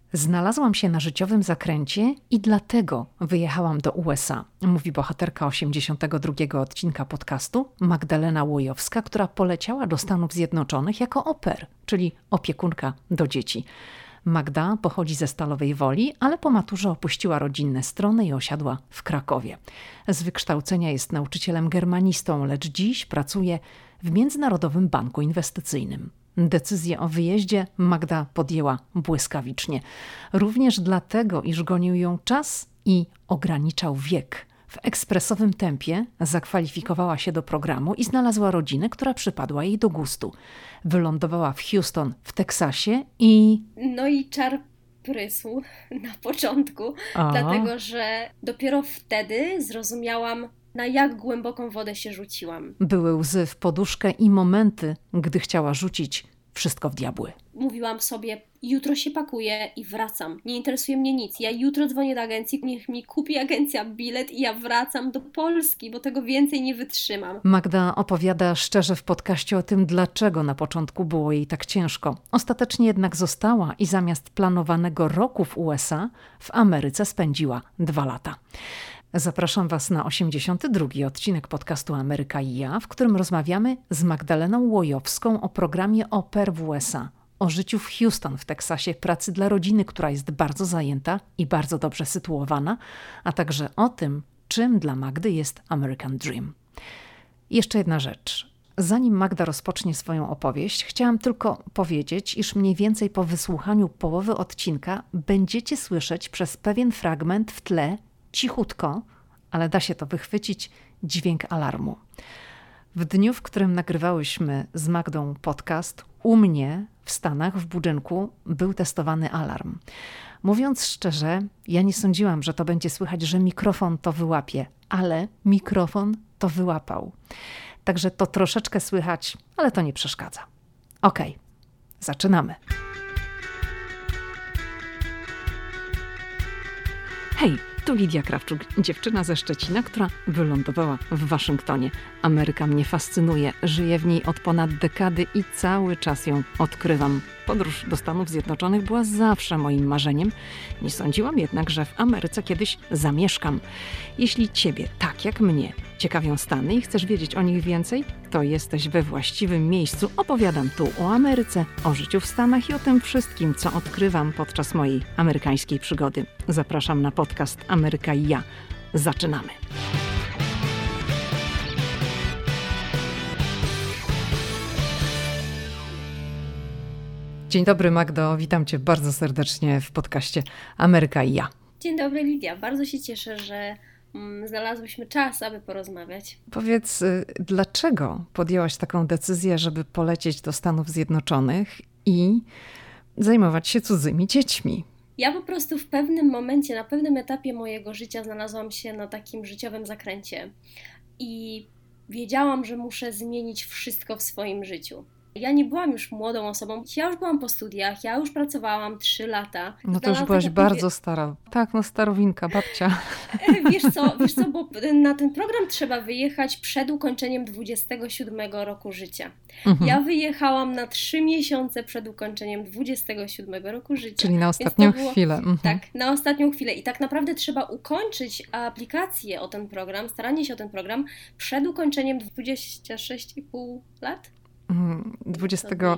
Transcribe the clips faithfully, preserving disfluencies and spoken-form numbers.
Znalazłam się na życiowym zakręcie i dlatego wyjechałam do U S A, mówi bohaterka osiemdziesiątego drugiego odcinka podcastu Magdalena Łojowska, która poleciała do Stanów Zjednoczonych jako au pair, czyli opiekunka do dzieci. Magda pochodzi ze Stalowej Woli, ale po maturze opuściła rodzinne strony i osiadła w Krakowie. Z wykształcenia jest nauczycielem germanistą, lecz dziś pracuje w Międzynarodowym Banku Inwestycyjnym. Decyzję o wyjeździe Magda podjęła błyskawicznie. Również dlatego, iż gonił ją czas i ograniczał wiek. W ekspresowym tempie zakwalifikowała się do programu i znalazła rodzinę, która przypadła jej do gustu. Wylądowała w Houston w Teksasie i... No i czar prysł na początku, O. dlatego że dopiero wtedy zrozumiałam, na jak głęboką wodę się rzuciłam. Były łzy w poduszkę i momenty, gdy chciała rzucić wszystko w diabły. Mówiłam sobie, jutro się pakuję i wracam. Nie interesuje mnie nic. Ja jutro dzwonię do agencji, niech mi kupi agencja bilet i ja wracam do Polski, bo tego więcej nie wytrzymam. Magda opowiada szczerze w podcaście o tym, dlaczego na początku było jej tak ciężko. Ostatecznie jednak została i zamiast planowanego roku w U S A w Ameryce spędziła dwa lata. Zapraszam Was na osiemdziesiąty drugi odcinek podcastu Ameryka i ja, w którym rozmawiamy z Magdaleną Łojowską o programie au pair w U S A, o życiu w Houston w Teksasie, pracy dla rodziny, która jest bardzo zajęta i bardzo dobrze sytuowana, a także o tym, czym dla Magdy jest American Dream. Jeszcze jedna rzecz. Zanim Magda rozpocznie swoją opowieść, chciałam tylko powiedzieć, iż mniej więcej po wysłuchaniu połowy odcinka będziecie słyszeć przez pewien fragment w tle cichutko, ale da się to wychwycić, dźwięk alarmu. W dniu, w którym nagrywałyśmy z Magdą podcast, u mnie w Stanach w budynku był testowany alarm. Mówiąc szczerze, ja nie sądziłam, że to będzie słychać, że mikrofon to wyłapie, ale mikrofon to wyłapał. Także to troszeczkę słychać, ale to nie przeszkadza. Okej, zaczynamy. Hej! Tu Lidia Krawczuk, dziewczyna ze Szczecina, która wylądowała w Waszyngtonie. Ameryka mnie fascynuje, żyję w niej od ponad dekady i cały czas ją odkrywam. Podróż do Stanów Zjednoczonych była zawsze moim marzeniem. Nie sądziłam jednak, że w Ameryce kiedyś zamieszkam. Jeśli Ciebie, tak jak mnie, ciekawią Stany i chcesz wiedzieć o nich więcej, to jesteś we właściwym miejscu. Opowiadam tu o Ameryce, o życiu w Stanach i o tym wszystkim, co odkrywam podczas mojej amerykańskiej przygody. Zapraszam na podcast Ameryka i ja. Zaczynamy. Dzień dobry Magdo, witam Cię bardzo serdecznie w podcaście Ameryka i ja. Dzień dobry Lidia, bardzo się cieszę, że mm, znalazłyśmy czas, aby porozmawiać. Powiedz, dlaczego podjęłaś taką decyzję, żeby polecieć do Stanów Zjednoczonych i zajmować się cudzymi dziećmi? Ja po prostu w pewnym momencie, na pewnym etapie mojego życia znalazłam się na takim życiowym zakręcie i wiedziałam, że muszę zmienić wszystko w swoim życiu. Ja nie byłam już młodą osobą, ja już byłam po studiach, ja już pracowałam trzy lata. No to już byłaś bardzo stara. Tak, no starowinka, babcia. Wiesz co, wiesz co, bo na ten program trzeba wyjechać przed ukończeniem dwudziestego siódmego roku życia. Mhm. Ja wyjechałam na trzy miesiące przed ukończeniem dwudziestego siódmego roku życia. Czyli na ostatnią było, chwilę. Mhm. Tak, na ostatnią chwilę. I tak naprawdę trzeba ukończyć aplikację o ten program, staranie się o ten program przed ukończeniem dwudziestu sześciu i pół lat. dwudziestego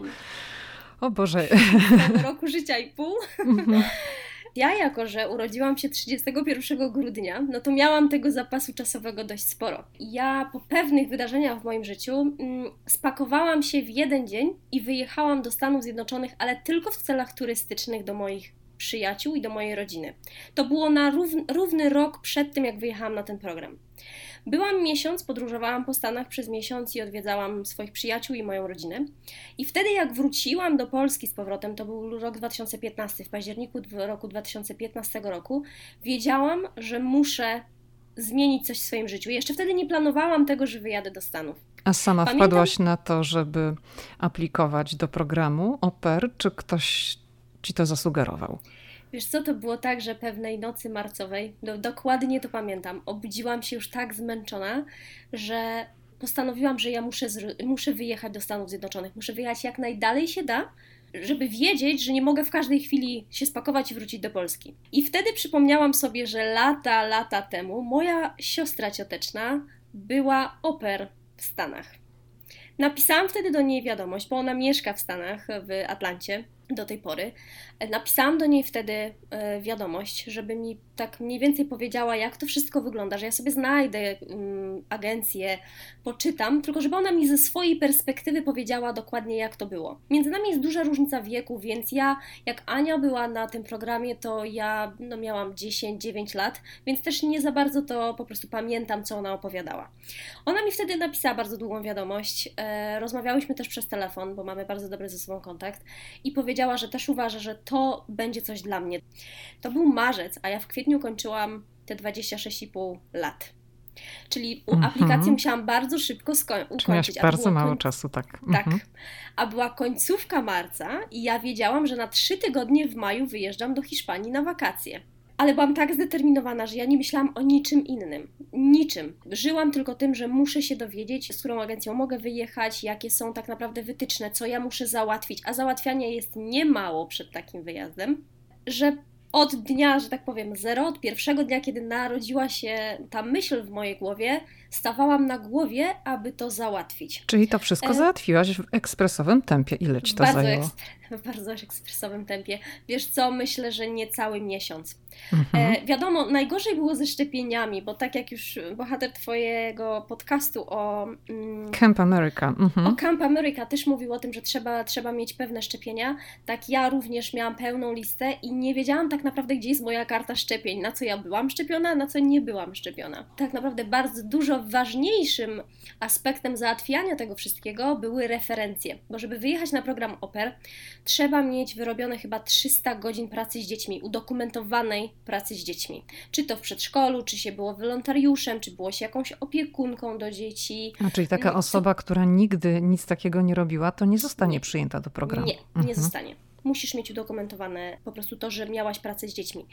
O Boże. roku życia i pół. Mm-hmm. Ja jako, że urodziłam się trzydziestego pierwszego grudnia, no to miałam tego zapasu czasowego dość sporo. Ja po pewnych wydarzeniach w moim życiu mm, spakowałam się w jeden dzień i wyjechałam do Stanów Zjednoczonych, ale tylko w celach turystycznych do moich przyjaciół i do mojej rodziny. To było na równy, równy rok przed tym, jak wyjechałam na ten program. Byłam miesiąc, podróżowałam po Stanach przez miesiąc i odwiedzałam swoich przyjaciół i moją rodzinę. I wtedy jak wróciłam do Polski z powrotem, to był rok dwa tysiące piętnasty, w październiku roku dwa tysiące piętnastego roku, wiedziałam, że muszę zmienić coś w swoim życiu. Jeszcze wtedy nie planowałam tego, że wyjadę do Stanów. A sama Pamiętam... wpadłaś na to, żeby aplikować do programu au pair, czy ktoś ci to zasugerował? Wiesz co, to było tak, że pewnej nocy marcowej, do, dokładnie to pamiętam, obudziłam się już tak zmęczona, że postanowiłam, że ja muszę, zr- muszę wyjechać do Stanów Zjednoczonych. Muszę wyjechać jak najdalej się da, żeby wiedzieć, że nie mogę w każdej chwili się spakować i wrócić do Polski. I wtedy przypomniałam sobie, że lata, lata temu moja siostra cioteczna była au pair w Stanach. Napisałam wtedy do niej wiadomość, bo ona mieszka w Stanach, w Atlancie do tej pory. Napisałam do niej wtedy wiadomość, żeby mi tak mniej więcej powiedziała, jak to wszystko wygląda, że ja sobie znajdę um, agencję, poczytam, tylko żeby ona mi ze swojej perspektywy powiedziała dokładnie, jak to było. Między nami jest duża różnica wieku, więc ja, jak Ania była na tym programie, to ja no, miałam dziesięć dziewięć lat, więc też nie za bardzo to po prostu pamiętam, co ona opowiadała. Ona mi wtedy napisała bardzo długą wiadomość, e, rozmawiałyśmy też przez telefon, bo mamy bardzo dobry ze sobą kontakt i powiedziała, że też uważa, że to będzie coś dla mnie. To był marzec, a ja w kwietniu kończyłam te dwadzieścia sześć i pół lat. Czyli Mhm. aplikację musiałam bardzo szybko sko- ukończyć. Miałaś a to bardzo było mało koń- czasu, tak. Tak. Mhm. A była końcówka marca i ja wiedziałam, że na trzy tygodnie w maju wyjeżdżam do Hiszpanii na wakacje. Ale byłam tak zdeterminowana, że ja nie myślałam o niczym innym. Niczym. Żyłam tylko tym, że muszę się dowiedzieć, z którą agencją mogę wyjechać, jakie są tak naprawdę wytyczne, co ja muszę załatwić. A załatwiania jest niemało przed takim wyjazdem, że od dnia, że tak powiem, zero, od pierwszego dnia, kiedy narodziła się ta myśl w mojej głowie, stawałam na głowie, aby to załatwić. Czyli to wszystko E... załatwiłaś w ekspresowym tempie. Ile ci to bardzo zajęło? Ekspre- w bardzo ekspresowym tempie. Wiesz co, myślę, że nie cały miesiąc. Mhm. E, wiadomo, najgorzej było ze szczepieniami, bo tak jak już bohater twojego podcastu o... Mm, Camp America. Mhm. O Camp America też mówił o tym, że trzeba, trzeba mieć pewne szczepienia. Tak ja również miałam pełną listę i nie wiedziałam tak naprawdę, gdzie jest moja karta szczepień, na co ja byłam szczepiona, a na co nie byłam szczepiona. Tak naprawdę bardzo dużo ważniejszym aspektem załatwiania tego wszystkiego były referencje, bo żeby wyjechać na program au pair, trzeba mieć wyrobione chyba trzysta godzin pracy z dziećmi, udokumentowanej pracy z dziećmi. Czy to w przedszkolu, czy się było wolontariuszem, czy było się jakąś opiekunką do dzieci. A czyli taka osoba, która nigdy nic takiego nie robiła, to nie zostanie Nie. przyjęta do programu. Nie, nie Mhm. zostanie. Musisz mieć udokumentowane po prostu to, że miałaś pracę z dziećmi.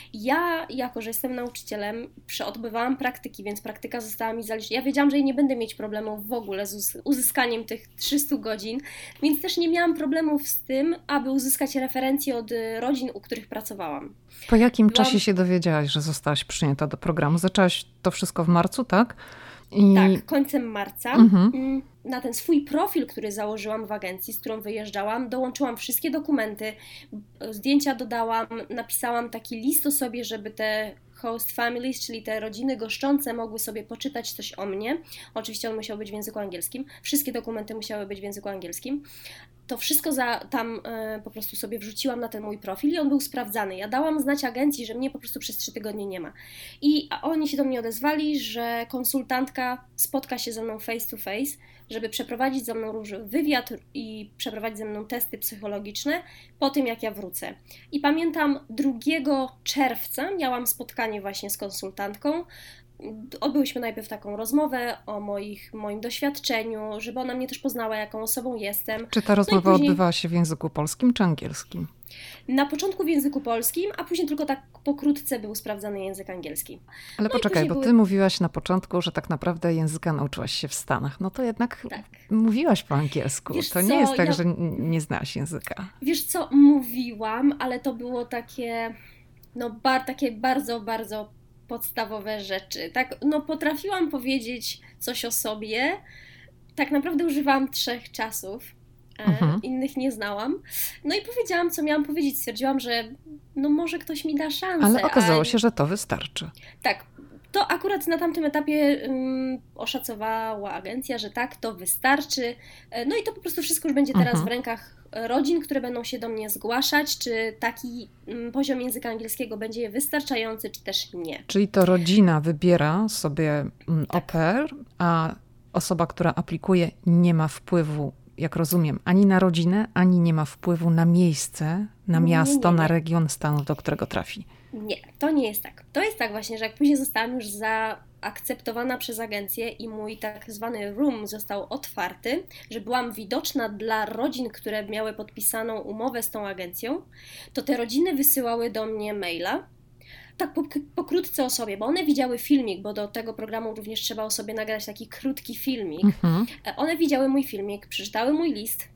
Ja, jako że jestem nauczycielem, przeodbywałam praktyki, więc praktyka została mi zaliczona. Ja wiedziałam, że nie będę mieć problemów w ogóle z uz- uzyskaniem tych trzystu godzin, więc też nie miałam problemów z tym, aby uzyskać referencje od y, rodzin, u których pracowałam. Po jakim Byłam- czasie się dowiedziałaś, że zostałaś przyjęta do programu? Zaczęłaś to wszystko w marcu, tak? I... Tak, końcem marca. Mhm. Mm, Na ten swój profil, który założyłam w agencji, z którą wyjeżdżałam, dołączyłam wszystkie dokumenty, zdjęcia dodałam, napisałam taki list o sobie, żeby te host families, czyli te rodziny goszczące mogły sobie poczytać coś o mnie. Oczywiście on musiał być w języku angielskim. Wszystkie dokumenty musiały być w języku angielskim. To wszystko za, tam e, po prostu sobie wrzuciłam na ten mój profil i on był sprawdzany. Ja dałam znać agencji, że mnie po prostu przez trzy tygodnie nie ma. I a oni się do mnie odezwali, że konsultantka spotka się ze mną face to face, żeby przeprowadzić ze mną róż- wywiad i przeprowadzić ze mną testy psychologiczne po tym, jak ja wrócę. I pamiętam drugiego czerwca miałam spotkanie właśnie z konsultantką. Odbyłyśmy najpierw taką rozmowę o moich, moim doświadczeniu, żeby ona mnie też poznała, jaką osobą jestem. Czy ta rozmowa później- odbywała się w języku polskim czy angielskim? Na początku w języku polskim, a później tylko tak pokrótce był sprawdzany język angielski. Ale No i poczekaj, później bo były- ty mówiłaś na początku, że tak naprawdę języka nauczyłaś się w Stanach. No to jednak Tak. mówiłaś po angielsku. Wiesz to nie co, jest tak, ja- że n- nie znałaś języka. Wiesz co, mówiłam, ale to było takie, no bar, takie bardzo, bardzo podstawowe rzeczy. Tak, no potrafiłam powiedzieć coś o sobie. Tak naprawdę używałam trzech czasów. E, Mhm. Innych nie znałam. No i powiedziałam, co miałam powiedzieć. Stwierdziłam, że no może ktoś mi da szansę. Ale okazało a... się, że to wystarczy. Tak, to akurat na tamtym etapie um, oszacowała agencja, że tak, to wystarczy. E, No i to po prostu wszystko już będzie teraz Mhm. w rękach rodzin, które będą się do mnie zgłaszać, czy taki um, poziom języka angielskiego będzie wystarczający, czy też nie. Czyli to rodzina wybiera sobie mm, au Tak. pair, a osoba, która aplikuje, nie ma wpływu, jak rozumiem, ani na rodzinę, ani nie ma wpływu na miejsce, na Nie, miasto, nie, nie. na region stanu, do którego trafi. Nie, to nie jest tak. To jest tak właśnie, że jak później zostałam już zaakceptowana przez agencję i mój tak zwany room został otwarty, że byłam widoczna dla rodzin, które miały podpisaną umowę z tą agencją, to te rodziny wysyłały do mnie maila, tak po, pokrótce o sobie, bo one widziały filmik, bo do tego programu również trzeba o sobie nagrać taki krótki filmik. Mhm. E, One widziały mój filmik, przeczytały mój list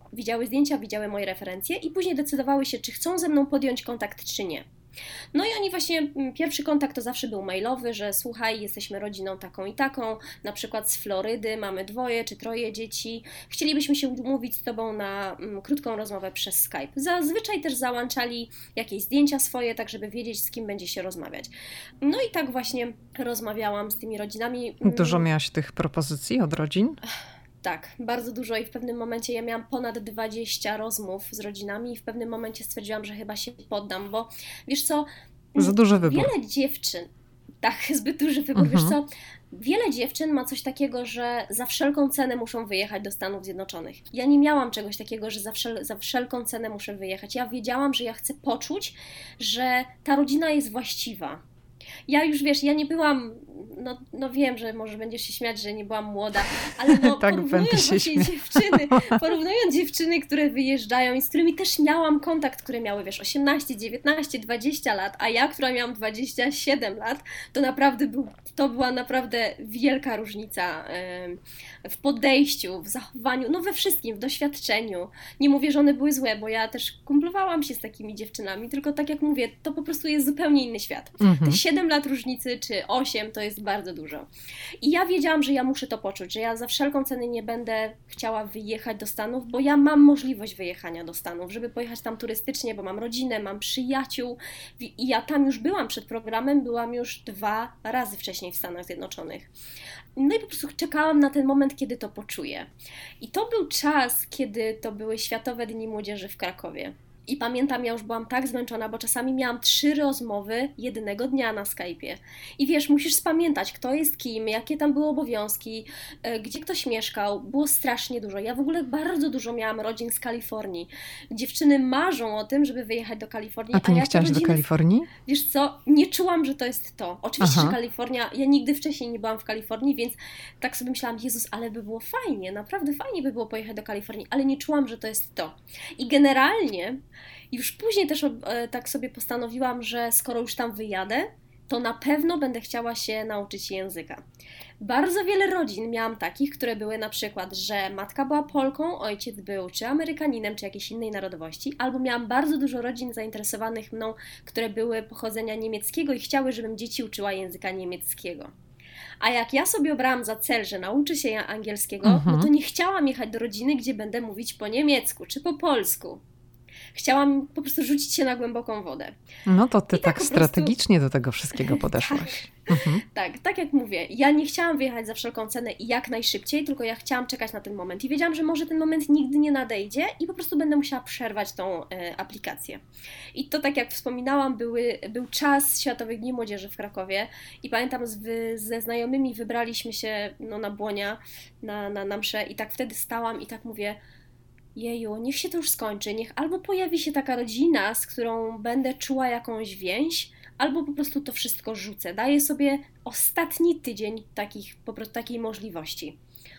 widziały zdjęcia, widziały moje referencje i później decydowały się, czy chcą ze mną podjąć kontakt, czy nie. No i oni właśnie, pierwszy kontakt to zawsze był mailowy, że słuchaj, jesteśmy rodziną taką i taką, na przykład z Florydy, mamy dwoje czy troje dzieci, chcielibyśmy się umówić z Tobą na mm, krótką rozmowę przez Skype. Zazwyczaj też załączali jakieś zdjęcia swoje, tak żeby wiedzieć, z kim będzie się rozmawiać. No i tak właśnie rozmawiałam z tymi rodzinami. Dużo miałaś tych propozycji od rodzin? Tak, bardzo dużo i w pewnym momencie ja miałam ponad dwadzieścia rozmów z rodzinami i w pewnym momencie stwierdziłam, że chyba się poddam, bo wiesz co... Za duży wybór. Wiele dziewczyn, tak, zbyt duży wybór, mhm. wiesz co, wiele dziewczyn ma coś takiego, że za wszelką cenę muszą wyjechać do Stanów Zjednoczonych. Ja nie miałam czegoś takiego, że za, wszel- za wszelką cenę muszę wyjechać. Ja wiedziałam, że ja chcę poczuć, że ta rodzina jest właściwa. Ja już, wiesz, ja nie byłam, no, no wiem, że może będziesz się śmiać, że nie byłam młoda, ale no tak, porównując właśnie dziewczyny, porównując dziewczyny, które wyjeżdżają i z którymi też miałam kontakt, które miały, wiesz, osiemnaście, dziewiętnaście, dwadzieścia lat, a ja, która miałam dwadzieścia siedem lat, to naprawdę był, to była naprawdę wielka różnica w podejściu, w zachowaniu, no we wszystkim, w doświadczeniu. Nie mówię, że one były złe, bo ja też kumplowałam się z takimi dziewczynami, tylko tak jak mówię, to po prostu jest zupełnie inny świat. Mhm. Te siedem lat różnicy, czy osiem, to jest bardzo dużo. I ja wiedziałam, że ja muszę to poczuć, że ja za wszelką cenę nie będę chciała wyjechać do Stanów, bo ja mam możliwość wyjechania do Stanów, żeby pojechać tam turystycznie, bo mam rodzinę, mam przyjaciół i ja tam już byłam przed programem, byłam już dwa razy wcześniej w Stanach Zjednoczonych. No i po prostu czekałam na ten moment, kiedy to poczuję. I to był czas, kiedy to były Światowe Dni Młodzieży w Krakowie. I pamiętam, ja już byłam tak zmęczona, bo czasami miałam trzy rozmowy jednego dnia na Skype'ie. I wiesz, musisz spamiętać, kto jest kim, jakie tam były obowiązki, gdzie ktoś mieszkał. Było strasznie dużo. Ja w ogóle bardzo dużo miałam rodzin z Kalifornii. Dziewczyny marzą o tym, żeby wyjechać do Kalifornii. A ty nie ja chciałaś rodziny, do Kalifornii? Wiesz co, nie czułam, że to jest to. Oczywiście, Aha. że Kalifornia, ja nigdy wcześniej nie byłam w Kalifornii, więc tak sobie myślałam, Jezus, ale by było fajnie, naprawdę fajnie by było pojechać do Kalifornii, ale nie czułam, że to jest to. I generalnie już później też e, tak sobie postanowiłam, że skoro już tam wyjadę, to na pewno będę chciała się nauczyć języka. Bardzo wiele rodzin miałam takich, które były na przykład, że matka była Polką, ojciec był czy Amerykaninem, czy jakiejś innej narodowości, albo miałam bardzo dużo rodzin zainteresowanych mną, które były pochodzenia niemieckiego i chciały, żebym dzieci uczyła języka niemieckiego. A jak ja sobie obrałam za cel, że nauczę się angielskiego, mhm. no to nie chciałam jechać do rodziny, gdzie będę mówić po niemiecku czy po polsku. Chciałam po prostu rzucić się na głęboką wodę. No to ty I tak, tak strategicznie prostu... do tego wszystkiego podeszłaś. Tak, mhm. tak, tak jak mówię, ja nie chciałam wyjechać za wszelką cenę i jak najszybciej, tylko ja chciałam czekać na ten moment i wiedziałam, że może ten moment nigdy nie nadejdzie i po prostu będę musiała przerwać tą e, aplikację. I to tak jak wspominałam, były, był czas Światowych Dni Młodzieży w Krakowie i pamiętam z, ze znajomymi wybraliśmy się no, na Błonia, na, na, na mszę i tak wtedy stałam i tak mówię, jeju, niech się to już skończy, niech albo pojawi się taka rodzina, z którą będę czuła jakąś więź, albo po prostu to wszystko rzucę. Daję sobie ostatni tydzień takich, po prostu takiej możliwości.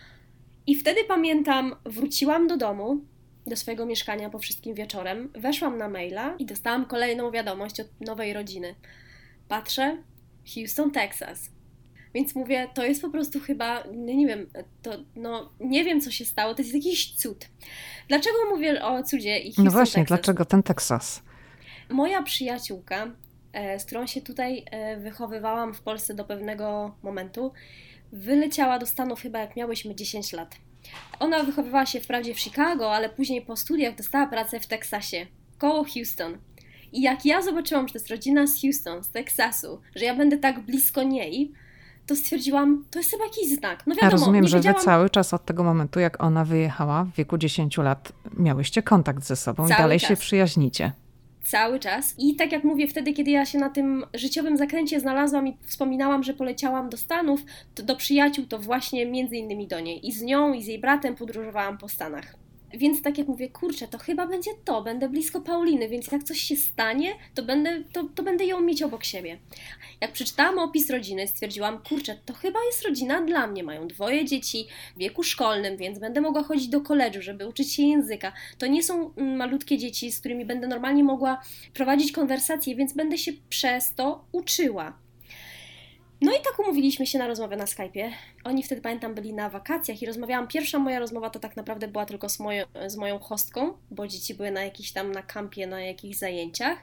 I wtedy pamiętam, wróciłam do domu, do swojego mieszkania po wszystkim wieczorem, weszłam na maila i dostałam kolejną wiadomość od nowej rodziny. Patrzę, Houston, Texas. Więc mówię, to jest po prostu chyba, no nie wiem, to, no nie wiem co się stało, to jest jakiś cud. Dlaczego mówię o cudzie i Houston, No właśnie, Texas? dlaczego ten Teksas? Moja przyjaciółka, z którą się tutaj wychowywałam w Polsce do pewnego momentu, wyleciała do Stanów chyba jak miałyśmy dziesięć lat. Ona wychowywała się wprawdzie w Chicago, ale później po studiach dostała pracę w Teksasie, koło Houston. I jak ja zobaczyłam, że to jest rodzina z Houston, z Teksasu, że ja będę tak blisko niej, to stwierdziłam, to jest chyba jakiś znak. No wiadomo, A rozumiem, nie że wiedziałam... wy cały czas od tego momentu, jak ona wyjechała w wieku dziesięciu lat, miałyście kontakt ze sobą cały i dalej czas. się przyjaźnicie. Cały czas. I tak jak mówię, wtedy, kiedy ja się na tym życiowym zakręcie znalazłam i wspominałam, że poleciałam do Stanów, to do przyjaciół, to właśnie między innymi do niej. I z nią, i z jej bratem podróżowałam po Stanach. Więc tak jak mówię, kurczę, to chyba będzie to, będę blisko Pauliny, więc jak coś się stanie, to będę, to, to będę ją mieć obok siebie. Jak przeczytałam opis rodziny, stwierdziłam, kurczę, to chyba jest rodzina dla mnie. Mają dwoje dzieci w wieku szkolnym, więc będę mogła chodzić do koledżu, żeby uczyć się języka. To nie są malutkie dzieci, z którymi będę normalnie mogła prowadzić konwersacje, więc będę się przez to uczyła. No i tak umówiliśmy się na rozmowę na Skype'ie. Oni wtedy, pamiętam, byli na wakacjach i rozmawiałam. Pierwsza moja rozmowa to tak naprawdę była tylko z, moją, z moją hostką, bo dzieci były na jakiejś tam na kampie, na jakichś zajęciach.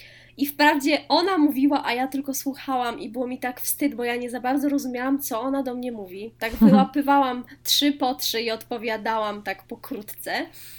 I wprawdzie ona mówiła, a ja tylko słuchałam i było mi tak wstyd, bo ja nie za bardzo rozumiałam, co ona do mnie mówi. Tak wyłapywałam trzy po trzy i odpowiadałam tak pokrótce.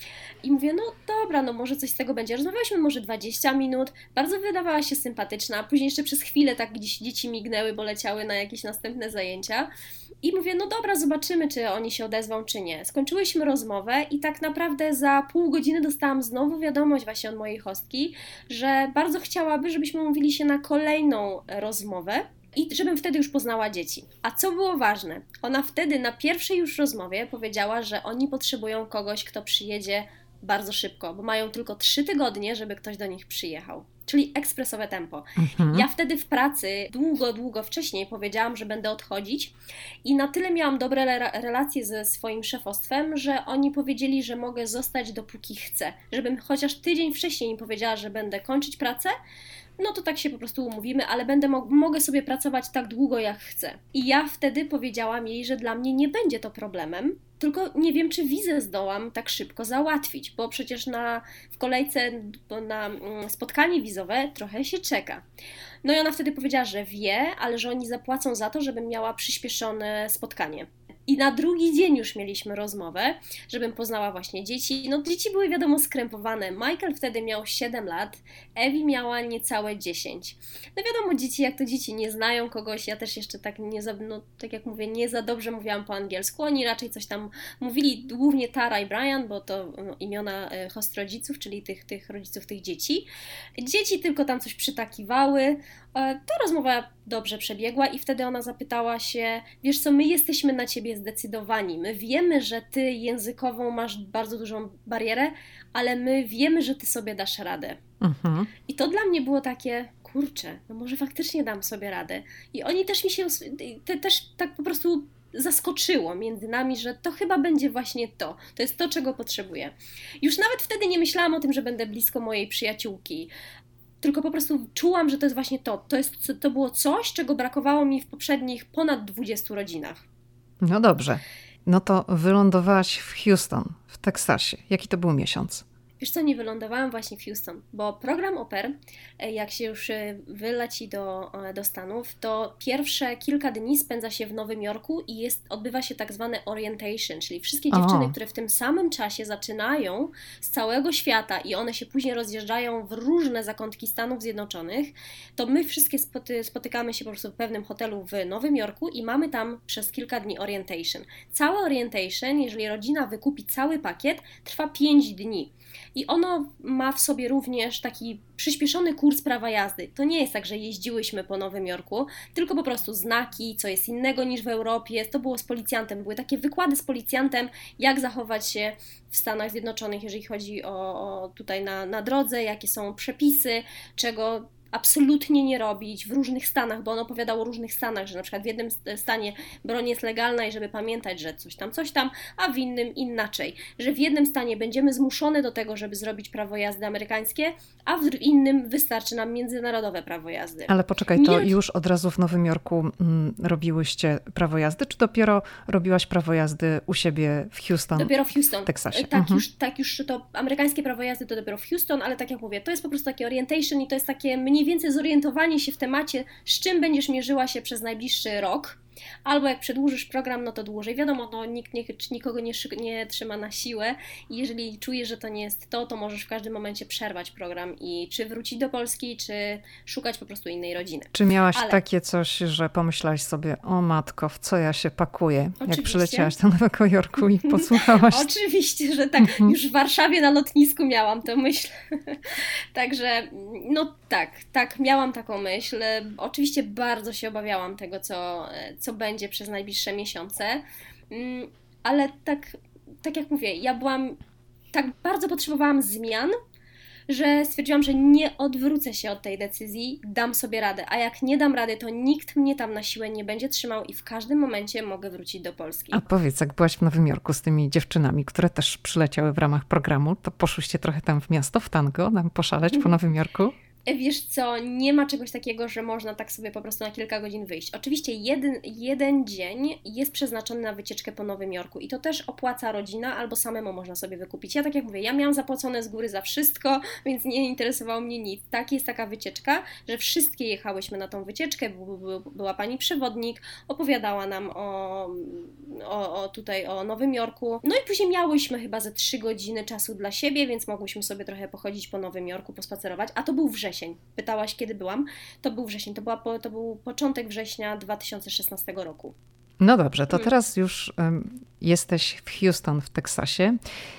I mówię, no dobra, no może coś z tego będzie. Rozmawialiśmy może dwadzieścia minut, bardzo wydawała się sympatyczna, a później jeszcze przez chwilę tak gdzieś dzieci mignęły, bo leciały na jakieś następne zajęcia. I mówię, no dobra, zobaczymy, czy oni się odezwą, czy nie. Skończyłyśmy rozmowę i tak naprawdę za pół godziny dostałam znowu wiadomość właśnie od mojej hostki, że bardzo chciałaby, żebyśmy umówili się na kolejną rozmowę. I żebym wtedy już poznała dzieci. A co było ważne? Ona wtedy na pierwszej już rozmowie powiedziała, że oni potrzebują kogoś, kto przyjedzie bardzo szybko, bo mają tylko trzy tygodnie, żeby ktoś do nich przyjechał. Czyli ekspresowe tempo. Mhm. Ja wtedy w pracy długo, długo wcześniej powiedziałam, że będę odchodzić i na tyle miałam dobre re- relacje ze swoim szefostwem, że oni powiedzieli, że mogę zostać dopóki chcę. Żebym chociaż tydzień wcześniej im powiedziała, że będę kończyć pracę, no to tak się po prostu umówimy, ale będę mo- mogę sobie pracować tak długo, jak chcę. I ja wtedy powiedziałam jej, że dla mnie nie będzie to problemem, tylko nie wiem, czy wizę zdołam tak szybko załatwić, bo przecież na, w kolejce na spotkanie wizowe trochę się czeka. No i ona wtedy powiedziała, że wie, ale że oni zapłacą za to, żebym miała przyspieszone spotkanie. I na drugi dzień już mieliśmy rozmowę, żebym poznała właśnie dzieci. No dzieci były wiadomo skrępowane. Michael wtedy miał siedem lat, Ewi miała niecałe dziesięć. No wiadomo, dzieci jak to dzieci nie znają kogoś, ja też jeszcze tak nie za, no, tak jak mówię, nie za dobrze mówiłam po angielsku. Oni raczej coś tam mówili, głównie Tara i Brian, bo to no, imiona host rodziców, czyli tych, tych rodziców tych dzieci. Dzieci tylko tam coś przytakiwały. Ta rozmowa dobrze przebiegła i wtedy ona zapytała się, wiesz co, my jesteśmy na ciebie zdecydowani, my wiemy, że ty językową masz bardzo dużą barierę, ale my wiemy, że ty sobie dasz radę. Mhm. I to dla mnie było takie, kurczę, no może faktycznie dam sobie radę. I oni też mi się, te, też tak po prostu zaskoczyło między nami, że to chyba będzie właśnie to. To jest to, czego potrzebuję. Już nawet wtedy nie myślałam o tym, że będę blisko mojej przyjaciółki, tylko po prostu czułam, że to jest właśnie to. To, jest, to było coś, czego brakowało mi w poprzednich ponad dwudziestu rodzinach. No dobrze. No to wylądowałaś w Houston, w Teksasie. Jaki to był miesiąc? Wiesz co, nie wylądowałam właśnie w Houston, bo program au pair, jak się już wyleci do, do Stanów, to pierwsze kilka dni spędza się w Nowym Jorku i jest, odbywa się tak zwane orientation, czyli wszystkie dziewczyny, o. które w tym samym czasie zaczynają z całego świata i one się później rozjeżdżają w różne zakątki Stanów Zjednoczonych, to my wszystkie spoty, spotykamy się po prostu w pewnym hotelu w Nowym Jorku i mamy tam przez kilka dni orientation. Całe orientation, jeżeli rodzina wykupi cały pakiet, trwa pięć dni. I ono ma w sobie również taki przyspieszony kurs prawa jazdy. To nie jest tak, że jeździłyśmy po Nowym Jorku, tylko po prostu znaki, co jest innego niż w Europie. To było z policjantem, były takie wykłady z policjantem, jak zachować się w Stanach Zjednoczonych, jeżeli chodzi o, o tutaj na, na drodze, jakie są przepisy, czego absolutnie nie robić w różnych stanach, bo on opowiadał o różnych stanach, że na przykład w jednym stanie broń jest legalna i żeby pamiętać, że coś tam, coś tam, a w innym inaczej. Że w jednym stanie będziemy zmuszone do tego, żeby zrobić prawo jazdy amerykańskie, a w innym wystarczy nam międzynarodowe prawo jazdy. Ale poczekaj, to nie... już od razu w Nowym Jorku mm, robiłyście prawo jazdy, czy dopiero robiłaś prawo jazdy u siebie w Houston? Dopiero w Houston. W Teksasie. Tak, mhm. już, tak już to amerykańskie prawo jazdy to dopiero w Houston, ale tak jak mówię, to jest po prostu takie orientation i to jest takie mniej więcej zorientowanie się w temacie, z czym będziesz mierzyła się przez najbliższy rok. Albo jak przedłużysz program, no to dłużej. Wiadomo, no, nikt nie, nikogo nie, nie trzyma na siłę i jeżeli czujesz, że to nie jest to, to możesz w każdym momencie przerwać program i czy wrócić do Polski, czy szukać po prostu innej rodziny. Czy miałaś Ale... takie coś, że pomyślałaś sobie, o matko, w co ja się pakuję? Oczywiście. Jak przyleciałaś do Nowego Jorku i posłuchałaś? Oczywiście, że tak. Już w Warszawie na lotnisku miałam tę myśl. Także no tak, tak, miałam taką myśl. Oczywiście bardzo się obawiałam tego, co co będzie przez najbliższe miesiące, ale tak, tak jak mówię, ja byłam, tak bardzo potrzebowałam zmian, że stwierdziłam, że nie odwrócę się od tej decyzji, dam sobie radę, a jak nie dam rady, to nikt mnie tam na siłę nie będzie trzymał i w każdym momencie mogę wrócić do Polski. A powiedz, jak byłaś w Nowym Jorku z tymi dziewczynami, które też przyleciały w ramach programu, to poszłyście trochę tam w miasto, w tango, tam poszaleć po Nowym Jorku? Wiesz co, nie ma czegoś takiego, że można tak sobie po prostu na kilka godzin wyjść. Oczywiście jeden, jeden dzień jest przeznaczony na wycieczkę po Nowym Jorku i to też opłaca rodzina albo samemu można sobie wykupić. Ja tak jak mówię, ja miałam zapłacone z góry za wszystko, więc nie interesowało mnie nic. Tak, jest taka wycieczka, że wszystkie jechałyśmy na tą wycieczkę, była pani przewodnik, opowiadała nam o, o, o tutaj o Nowym Jorku. No i później miałyśmy chyba ze trzy godziny czasu dla siebie, więc mogłyśmy sobie trochę pochodzić po Nowym Jorku, pospacerować, a to był wrzesień. Pytałaś, kiedy byłam? To był wrzesień, to, była po, to był początek września dwa tysiące szesnastego roku. No dobrze, to teraz już um, jesteś w Houston w Teksasie.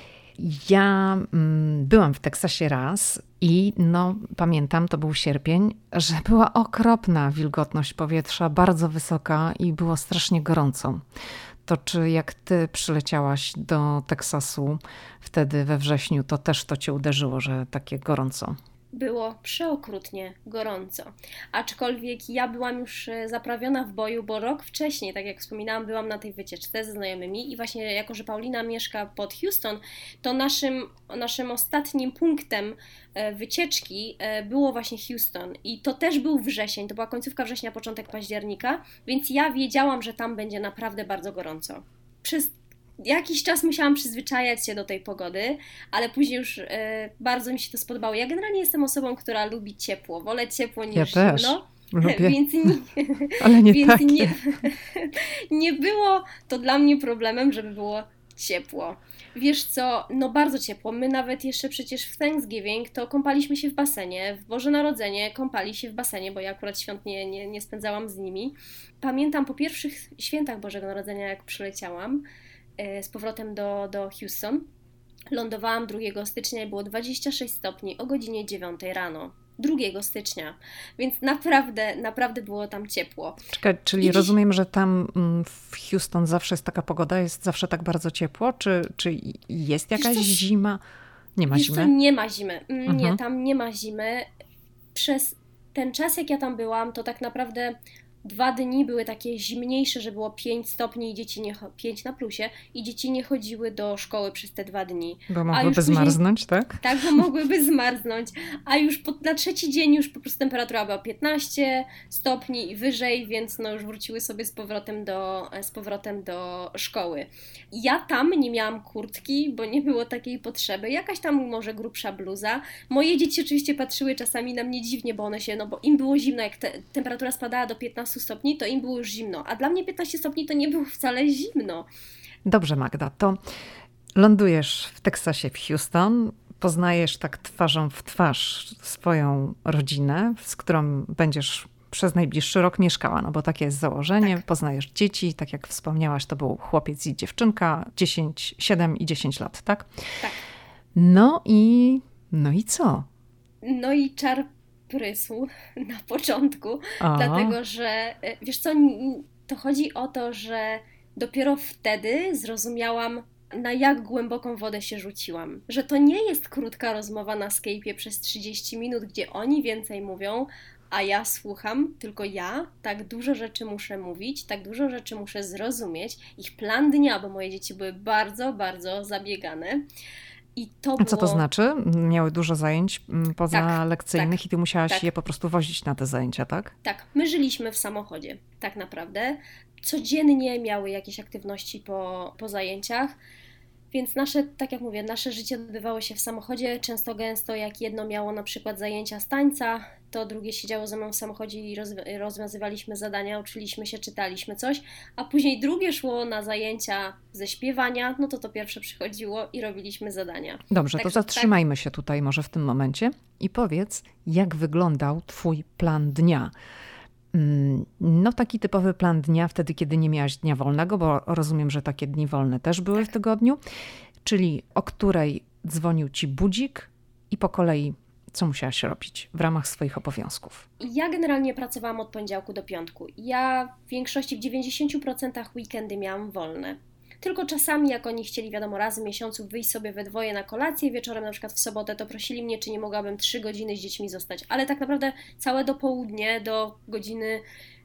Ja um, byłam w Teksasie raz i no pamiętam, to był sierpień, że była okropna wilgotność powietrza, bardzo wysoka i było strasznie gorąco. To czy jak ty przyleciałaś do Teksasu wtedy we wrześniu, to też to cię uderzyło, że takie gorąco? Było przeokrutnie gorąco. Aczkolwiek ja byłam już zaprawiona w boju, bo rok wcześniej, tak jak wspominałam, byłam na tej wycieczce ze znajomymi i właśnie jako, że Paulina mieszka pod Houston, to naszym, naszym ostatnim punktem wycieczki było właśnie Houston i to też był wrzesień, to była końcówka września, początek października, więc ja wiedziałam, że tam będzie naprawdę bardzo gorąco. Przez jakiś czas musiałam przyzwyczajać się do tej pogody, ale później już e, bardzo mi się to spodobało. Ja generalnie jestem osobą, która lubi ciepło. Wolę ciepło niż ja też. zimno. Lubię. Więc, nie, ale nie więc takie. Nie, nie było to dla mnie problemem, żeby było ciepło. Wiesz co, no bardzo ciepło. My nawet jeszcze przecież w Thanksgiving to kąpaliśmy się w basenie. W Boże Narodzenie kąpali się w basenie, bo ja akurat świąt nie, nie, nie spędzałam z nimi. Pamiętam po pierwszych świętach Bożego Narodzenia, jak przyleciałam z powrotem do, do Houston. Lądowałam drugiego stycznia i było dwadzieścia sześć stopni o godzinie dziewiątej rano. drugiego stycznia, więc naprawdę, naprawdę było tam ciepło. Czekaj, czyli dziś... rozumiem, że tam w Houston zawsze jest taka pogoda, jest zawsze tak bardzo ciepło? Czy, czy jest jakaś Wiesz, zima? Nie ma Wiesz, zimy? Co, nie ma zimy. Mhm. Nie, tam nie ma zimy. Przez ten czas, jak ja tam byłam, to tak naprawdę dwa dni były takie zimniejsze, że było pięć stopni i dzieci nie, pięć na plusie i dzieci nie chodziły do szkoły przez te dwa dni. Bo mogłyby później, zmarznąć, tak? Tak, bo mogłyby zmarznąć, a już po, na trzeci dzień już po prostu temperatura była piętnaście stopni i wyżej, więc no już wróciły sobie z powrotem do, z powrotem do szkoły. Ja tam nie miałam kurtki, bo nie było takiej potrzeby, jakaś tam może grubsza bluza. Moje dzieci oczywiście patrzyły czasami na mnie dziwnie, bo one się, no bo im było zimno, jak te, temperatura spadała do piętnastu stopni, to im było już zimno, a dla mnie piętnaście stopni to nie było wcale zimno. Dobrze, Magda, to lądujesz w Teksasie, w Houston, poznajesz tak twarzą w twarz swoją rodzinę, z którą będziesz przez najbliższy rok mieszkała, no bo takie jest założenie, tak. Poznajesz dzieci, tak jak wspomniałaś, to był chłopiec i dziewczynka, dziesięć, siedem i dziesięć lat, tak? Tak. No i, no i co? No i czar prysł na początku, o. dlatego że, wiesz co, to chodzi o to, że dopiero wtedy zrozumiałam, na jak głęboką wodę się rzuciłam. Że to nie jest krótka rozmowa na Skype'ie przez trzydzieści minut, gdzie oni więcej mówią, a ja słucham, tylko ja tak dużo rzeczy muszę mówić, tak dużo rzeczy muszę zrozumieć. Ich plan dnia, bo moje dzieci były bardzo, bardzo zabiegane. I to było... Co to znaczy? Miały dużo zajęć poza tak, lekcyjnych tak, i ty musiałaś tak. je po prostu wozić na te zajęcia, tak? Tak, my żyliśmy w samochodzie, tak naprawdę. Codziennie miały jakieś aktywności po, po zajęciach, więc nasze, tak jak mówię, nasze życie odbywało się w samochodzie. Często gęsto, jak jedno miało na przykład zajęcia z tańca, to drugie siedziało ze mną w samochodzie i rozw- rozwiązywaliśmy zadania, uczyliśmy się, czytaliśmy coś, a później drugie szło na zajęcia ze śpiewania, no to to pierwsze przychodziło i robiliśmy zadania. Dobrze, tak, to zatrzymajmy tak... się tutaj może w tym momencie i powiedz, jak wyglądał twój plan dnia. No taki typowy plan dnia wtedy, kiedy nie miałaś dnia wolnego, bo rozumiem, że takie dni wolne też były tak. w tygodniu, czyli o której dzwonił ci budzik i po kolei co musiałaś robić w ramach swoich obowiązków? Ja generalnie pracowałam od poniedziałku do piątku. Ja w większości, w dziewięćdziesiąt procent weekendy miałam wolne. Tylko czasami, jak oni chcieli, wiadomo, raz w miesiącu wyjść sobie we dwoje na kolację, wieczorem na przykład w sobotę, to prosili mnie, czy nie mogłabym trzy godziny z dziećmi zostać. Ale tak naprawdę całe dopołudnie do godziny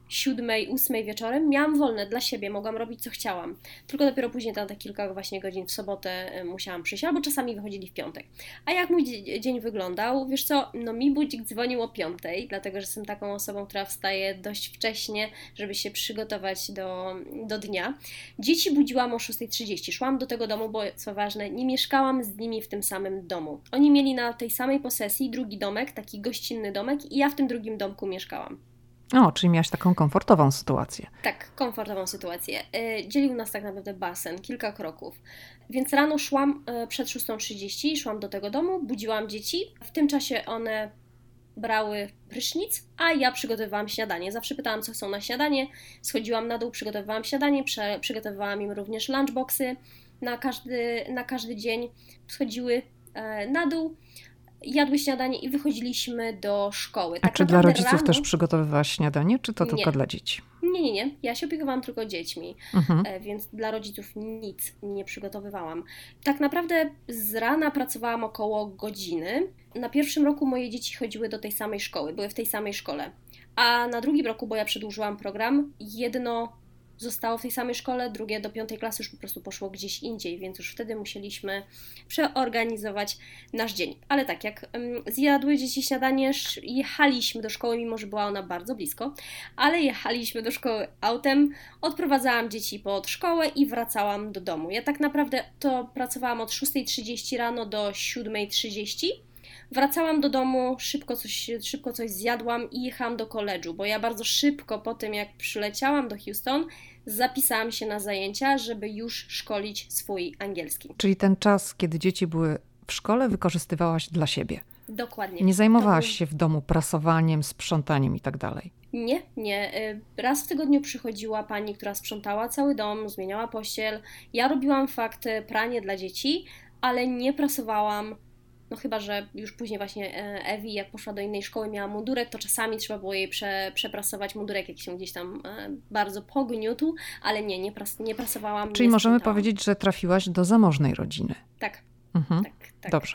siódmej, ósmej wieczorem miałam wolne dla siebie, mogłam robić co chciałam. Tylko dopiero później na te kilka właśnie godzin w sobotę musiałam przyjść, albo czasami wychodzili w piątek. A jak mój dzień wyglądał? Wiesz co, no mi budzik dzwonił o piątej, dlatego że jestem taką osobą, która wstaje dość wcześnie, żeby się przygotować do, do dnia. Dzieci budziłam o szósta trzydzieści. Szłam do tego domu, bo co ważne, nie mieszkałam z nimi w tym samym domu. Oni mieli na tej samej posesji drugi domek, taki gościnny domek i ja w tym drugim domku mieszkałam. O, czyli miałaś taką komfortową sytuację. Tak, komfortową sytuację. Dzielił nas tak naprawdę basen, kilka kroków. Więc rano szłam przed szósta trzydzieści, szłam do tego domu, budziłam dzieci. W tym czasie one brały prysznic, a ja przygotowywałam śniadanie. Zawsze pytałam, co chcą na śniadanie. Schodziłam na dół, przygotowywałam śniadanie, prze, przygotowywałam im również lunchboxy na każdy, na każdy dzień. Schodziły na dół, jadły śniadanie i wychodziliśmy do szkoły. A tak czy dla rodziców rano... też przygotowywałaś śniadanie, czy to nie. tylko dla dzieci? Nie, nie, nie. Ja się opiekowałam tylko dziećmi, mhm. więc dla rodziców nic nie przygotowywałam. Tak naprawdę z rana pracowałam około godziny. Na pierwszym roku moje dzieci chodziły do tej samej szkoły, były w tej samej szkole. A na drugim roku, bo ja przedłużyłam program, jedno zostało w tej samej szkole, drugie do piątej klasy już po prostu poszło gdzieś indziej, więc już wtedy musieliśmy przeorganizować nasz dzień. Ale tak, jak um, zjadły dzieci śniadanie, jechaliśmy do szkoły, mimo że była ona bardzo blisko, ale jechaliśmy do szkoły autem, odprowadzałam dzieci pod szkołę i wracałam do domu. Ja tak naprawdę to pracowałam od szósta trzydzieści rano do siódma trzydzieści. Wracałam do domu, szybko coś, szybko coś zjadłam i jechałam do koledżu, bo ja bardzo szybko po tym, jak przyleciałam do Houston, zapisałam się na zajęcia, żeby już szkolić swój angielski. Czyli ten czas, kiedy dzieci były w szkole, wykorzystywałaś dla siebie? Dokładnie. Nie zajmowałaś był... się w domu prasowaniem, sprzątaniem i tak dalej? Nie, nie. Raz w tygodniu przychodziła pani, która sprzątała cały dom, zmieniała pościel. Ja robiłam fakt pranie dla dzieci, ale nie prasowałam. No chyba, że już później właśnie Ewi, jak poszła do innej szkoły, miała mundurek, to czasami trzeba było jej prze, przeprasować mundurek, jak się gdzieś tam bardzo pogniótł, ale nie, nie, pras, nie prasowałam. Czyli nie możemy sprzątałam. powiedzieć, że trafiłaś do zamożnej rodziny. Tak, mhm. tak, tak. Dobrze.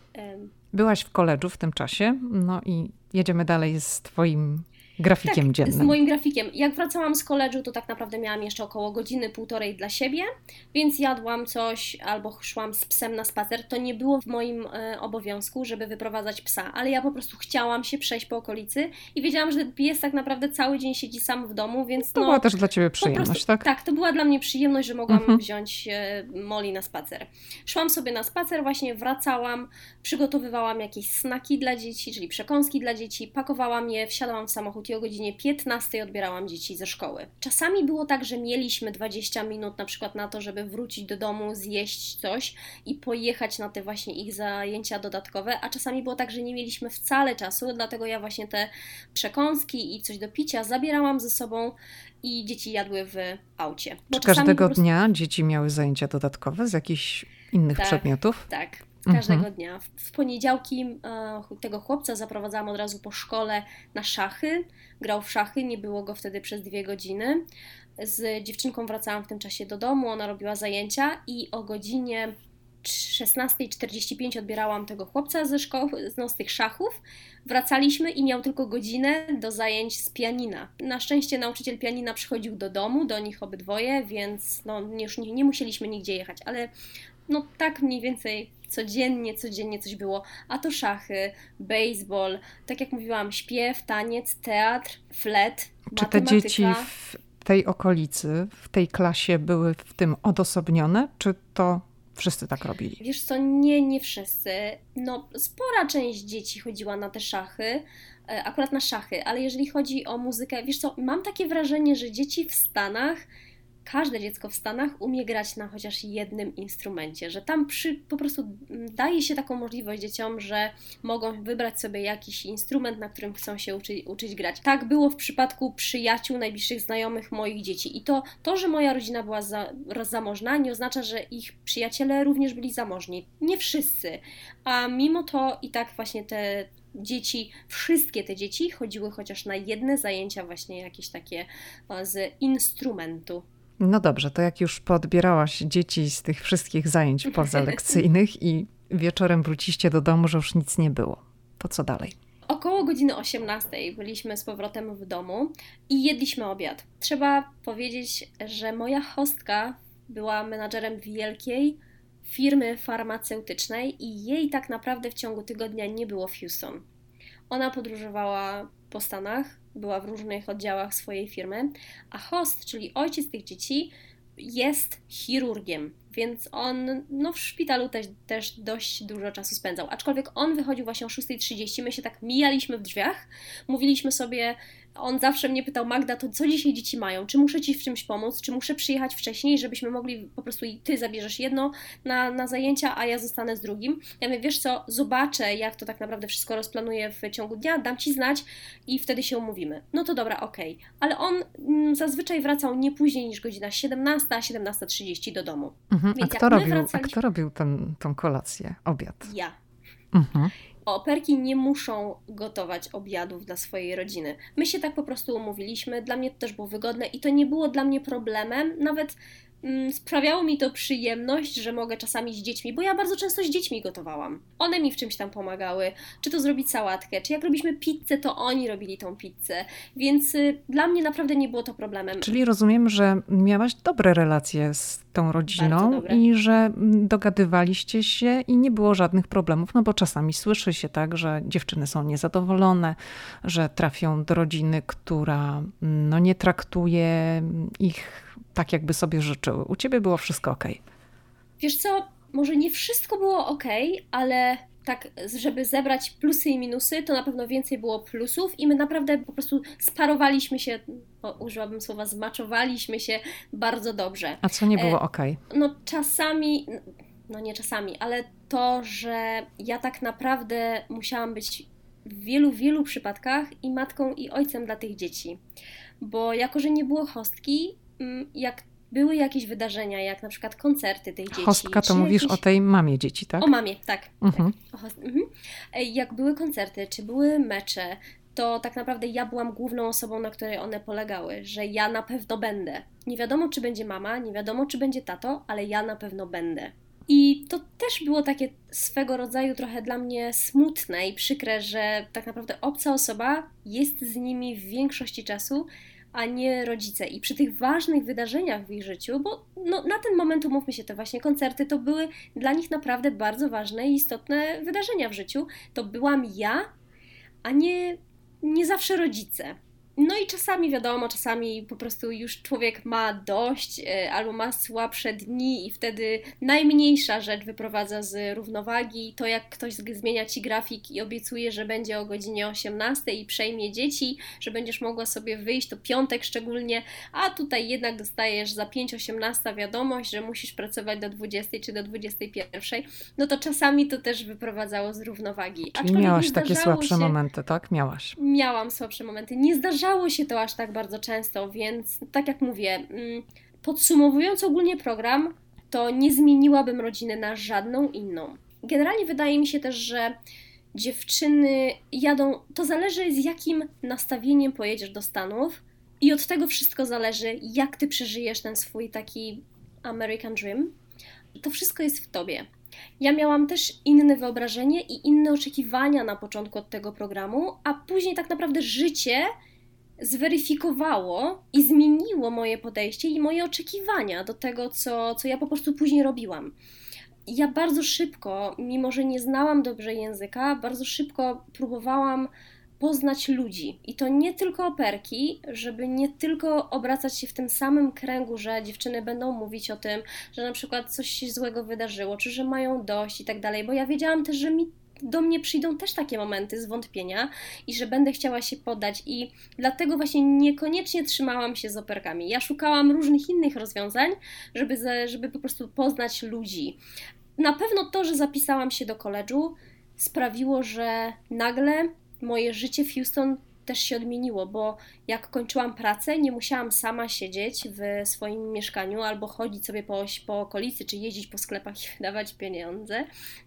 Byłaś w koledżu w tym czasie, no i jedziemy dalej z twoim grafikiem tak, dziennym. Z moim grafikiem. Jak wracałam z koledżu, to tak naprawdę miałam jeszcze około godziny, półtorej dla siebie, więc jadłam coś albo szłam z psem na spacer. To nie było w moim e, obowiązku, żeby wyprowadzać psa, ale ja po prostu chciałam się przejść po okolicy i wiedziałam, że pies tak naprawdę cały dzień siedzi sam w domu, więc to no... była też dla ciebie przyjemność, prostu, tak? Tak, to była dla mnie przyjemność, że mogłam mhm. wziąć e, Molly na spacer. Szłam sobie na spacer, właśnie wracałam, przygotowywałam jakieś snaki dla dzieci, czyli przekąski dla dzieci, pakowałam je, wsiadałam w samochód i o godzinie piętnastej odbierałam dzieci ze szkoły. Czasami było tak, że mieliśmy dwadzieścia minut na przykład na to, żeby wrócić do domu, zjeść coś i pojechać na te właśnie ich zajęcia dodatkowe, a czasami było tak, że nie mieliśmy wcale czasu, dlatego ja właśnie te przekąski i coś do picia zabierałam ze sobą i dzieci jadły w aucie. Czy każdego prostu... dnia dzieci miały zajęcia dodatkowe z jakichś innych tak, przedmiotów? Tak. Każdego mhm. dnia. W poniedziałki e, tego chłopca zaprowadzałam od razu po szkole na szachy. Grał w szachy, nie było go wtedy przez dwie godziny. Z dziewczynką wracałam w tym czasie do domu, ona robiła zajęcia i o godzinie szesnasta czterdzieści pięć odbierałam tego chłopca ze szkoły, no, z tych szachów. Wracaliśmy i miał tylko godzinę do zajęć z pianina. Na szczęście nauczyciel pianina przychodził do domu, do nich obydwoje, więc no, już nie, nie musieliśmy nigdzie jechać, ale no tak mniej więcej codziennie, codziennie coś było, a to szachy, baseball, tak jak mówiłam, śpiew, taniec, teatr, flet, Czy te dzieci w tej okolicy, w tej klasie były w tym odosobnione, czy to wszyscy tak robili? Wiesz co, nie, nie wszyscy. No, spora część dzieci chodziła na te szachy, akurat na szachy, ale jeżeli chodzi o muzykę, wiesz co, mam takie wrażenie, że dzieci w Stanach, każde dziecko w Stanach umie grać na chociaż jednym instrumencie, że tam przy, po prostu daje się taką możliwość dzieciom, że mogą wybrać sobie jakiś instrument, na którym chcą się uczy, uczyć grać. Tak było w przypadku przyjaciół, najbliższych znajomych moich dzieci. I to, to że moja rodzina była za, zamożna, nie oznacza, że ich przyjaciele również byli zamożni. Nie wszyscy. A mimo to i tak właśnie te dzieci, wszystkie te dzieci chodziły chociaż na jedne zajęcia właśnie jakieś takie z instrumentu. No dobrze, to jak już poodbierałaś dzieci z tych wszystkich zajęć pozalekcyjnych i wieczorem wróciście do domu, że już nic nie było, to co dalej? O Około godziny osiemnastej byliśmy z powrotem w domu i jedliśmy obiad. Trzeba powiedzieć, że moja hostka była menadżerem wielkiej firmy farmaceutycznej i jej tak naprawdę w ciągu tygodnia nie było w Houston. Ona podróżowała po Stanach, była w różnych oddziałach swojej firmy, a host, czyli ojciec tych dzieci, jest chirurgiem, więc on no, w szpitalu też, też dość dużo czasu spędzał. Aczkolwiek on wychodził właśnie o szósta trzydzieści, my się tak mijaliśmy w drzwiach, mówiliśmy sobie, on zawsze mnie pytał: Magda, to co dzisiaj dzieci mają? Czy muszę Ci w czymś pomóc? Czy muszę przyjechać wcześniej, żebyśmy mogli po prostu i Ty zabierzesz jedno na, na zajęcia, a ja zostanę z drugim? Ja mówię: wiesz co, zobaczę, jak to tak naprawdę wszystko rozplanuję w ciągu dnia, dam Ci znać i wtedy się umówimy. No to dobra, okej. Okay. Ale on mm, zazwyczaj wracał nie później niż godzina siedemnasta, siedemnasta trzydzieści do domu. Mhm. A, kto robił, wracaliśmy... a kto robił ten, tą kolację, obiad? Ja. Mhm. Operki nie muszą gotować obiadów dla swojej rodziny. My się tak po prostu umówiliśmy, dla mnie to też było wygodne i to nie było dla mnie problemem, nawet mm, sprawiało mi to przyjemność, że mogę czasami z dziećmi, bo ja bardzo często z dziećmi gotowałam. One mi w czymś tam pomagały, czy to zrobić sałatkę, czy jak robiliśmy pizzę, to oni robili tą pizzę, więc y, dla mnie naprawdę nie było to problemem. Czyli rozumiem, że miałaś dobre relacje z tą rodziną i że dogadywaliście się i nie było żadnych problemów, no bo czasami słyszy się tak, że dziewczyny są niezadowolone, że trafią do rodziny, która no, nie traktuje ich tak, jakby sobie życzyły. U ciebie było wszystko okej. Wiesz co, może nie wszystko było okej, ale tak, żeby zebrać plusy i minusy, to na pewno więcej było plusów i my naprawdę po prostu sparowaliśmy się, o, użyłabym słowa, zmaczowaliśmy się bardzo dobrze. A co nie było okej? No czasami, no nie czasami, ale to, że ja tak naprawdę musiałam być w wielu, wielu przypadkach i matką, i ojcem dla tych dzieci. Bo jako, że nie było hostki, jak były jakieś wydarzenia, jak na przykład koncerty tych dzieci. Hostka to mówisz jakieś... o tej mamie dzieci, tak? O mamie, tak. Mhm. tak. O host... mhm. Jak były koncerty, czy były mecze, to tak naprawdę ja byłam główną osobą, na której one polegały, że ja na pewno będę. Nie wiadomo, czy będzie mama, nie wiadomo, czy będzie tato, ale ja na pewno będę. I to też było takie swego rodzaju trochę dla mnie smutne i przykre, że tak naprawdę obca osoba jest z nimi w większości czasu, a nie rodzice. I przy tych ważnych wydarzeniach w ich życiu, bo no, na ten moment, umówmy się, te właśnie koncerty to były dla nich naprawdę bardzo ważne i istotne wydarzenia w życiu, to byłam ja, a nie, nie zawsze rodzice. No i czasami wiadomo, czasami po prostu już człowiek ma dość albo ma słabsze dni i wtedy najmniejsza rzecz wyprowadza z równowagi. To jak ktoś zmienia Ci grafik i obiecuje, że będzie o godzinie osiemnastej i przejmie dzieci, że będziesz mogła sobie wyjść, to piątek szczególnie, a tutaj jednak dostajesz za pięć osiemnasta wiadomość, że musisz pracować do dwudziestej czy do dwudziestej pierwszej, no to czasami to też wyprowadzało z równowagi. Czyli Aczkolwiek miałaś takie słabsze się... momenty, tak? Miałaś. Miałam słabsze momenty. Nie zdarzało Zdarzało się to aż tak bardzo często, więc tak jak mówię, podsumowując ogólnie program, to nie zmieniłabym rodziny na żadną inną. Generalnie wydaje mi się też, że dziewczyny jadą, to zależy z jakim nastawieniem pojedziesz do Stanów i od tego wszystko zależy, jak ty przeżyjesz ten swój taki American Dream. To wszystko jest w tobie. Ja miałam też inne wyobrażenie i inne oczekiwania na początku od tego programu, a później tak naprawdę życie zweryfikowało i zmieniło moje podejście i moje oczekiwania do tego, co, co ja po prostu później robiłam. Ja bardzo szybko, mimo że nie znałam dobrze języka, bardzo szybko próbowałam poznać ludzi. I to nie tylko operki, żeby nie tylko obracać się w tym samym kręgu, że dziewczyny będą mówić o tym, że na przykład coś się złego wydarzyło, czy że mają dość i tak dalej, bo ja wiedziałam też, że mi do mnie przyjdą też takie momenty zwątpienia i że będę chciała się poddać i dlatego właśnie niekoniecznie trzymałam się z operkami. Ja szukałam różnych innych rozwiązań, żeby, żeby po prostu poznać ludzi. Na pewno to, że zapisałam się do koledżu sprawiło, że nagle moje życie w Houston też się odmieniło, bo jak kończyłam pracę, nie musiałam sama siedzieć w swoim mieszkaniu albo chodzić sobie po, po okolicy, czy jeździć po sklepach i wydawać pieniądze,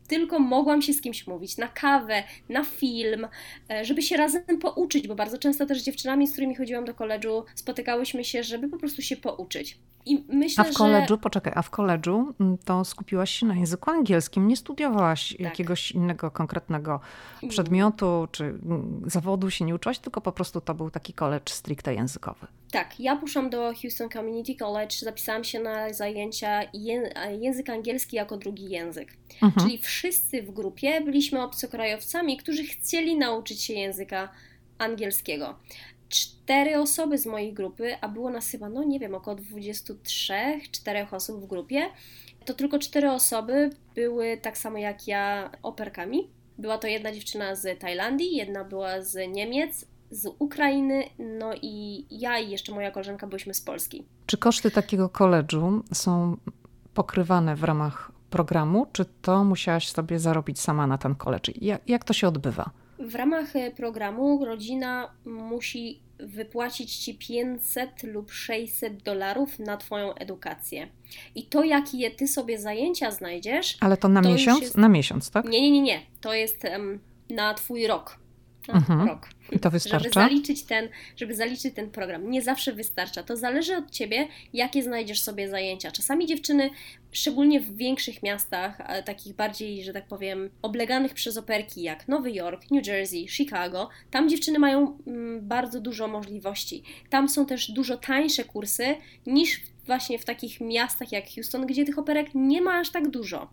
tylko mogłam się z kimś mówić na kawę, na film, żeby się razem pouczyć, bo bardzo często też z dziewczynami, z którymi chodziłam do koledżu, spotykałyśmy się, żeby po prostu się pouczyć. I myślę, a w koledżu, że... poczekaj, a w koledżu to skupiłaś się na języku angielskim, nie studiowałaś tak. jakiegoś innego konkretnego przedmiotu czy zawodu się nie uczyłaś, tylko po prostu to był taki koledż stricte językowy. Tak, ja poszłam do Houston Community College, zapisałam się na zajęcia język angielski jako drugi język. Mhm. Czyli wszyscy w grupie byliśmy obcokrajowcami, którzy chcieli nauczyć się języka angielskiego. Cztery osoby z mojej grupy, a było nas chyba, no nie wiem, około dwadzieścia trzy, czterech osób w grupie, to tylko cztery osoby były tak samo jak ja operkami. Była to jedna dziewczyna z Tajlandii, jedna była z Niemiec, z Ukrainy, no i ja i jeszcze moja koleżanka byliśmy z Polski. Czy koszty takiego koledżu są pokrywane w ramach programu, czy to musiałaś sobie zarobić sama na ten koledż? Jak, jak to się odbywa? W ramach programu rodzina musi wypłacić Ci pięćset lub sześćset dolarów na Twoją edukację. I to, jakie Ty sobie zajęcia znajdziesz... Ale to na to miesiąc? Jest... Na miesiąc, tak? Nie, nie, nie, nie. To jest um, na Twój rok. Na mhm. rok. I to wystarcza? Żeby zaliczyć, ten, żeby zaliczyć ten program. Nie zawsze wystarcza. To zależy od Ciebie, jakie znajdziesz sobie zajęcia. Czasami dziewczyny, szczególnie w większych miastach, takich bardziej, że tak powiem, obleganych przez operki, jak Nowy Jork, New Jersey, Chicago, tam dziewczyny mają mm, bardzo dużo możliwości. Tam są też dużo tańsze kursy niż właśnie w takich miastach jak Houston, gdzie tych operek nie ma aż tak dużo.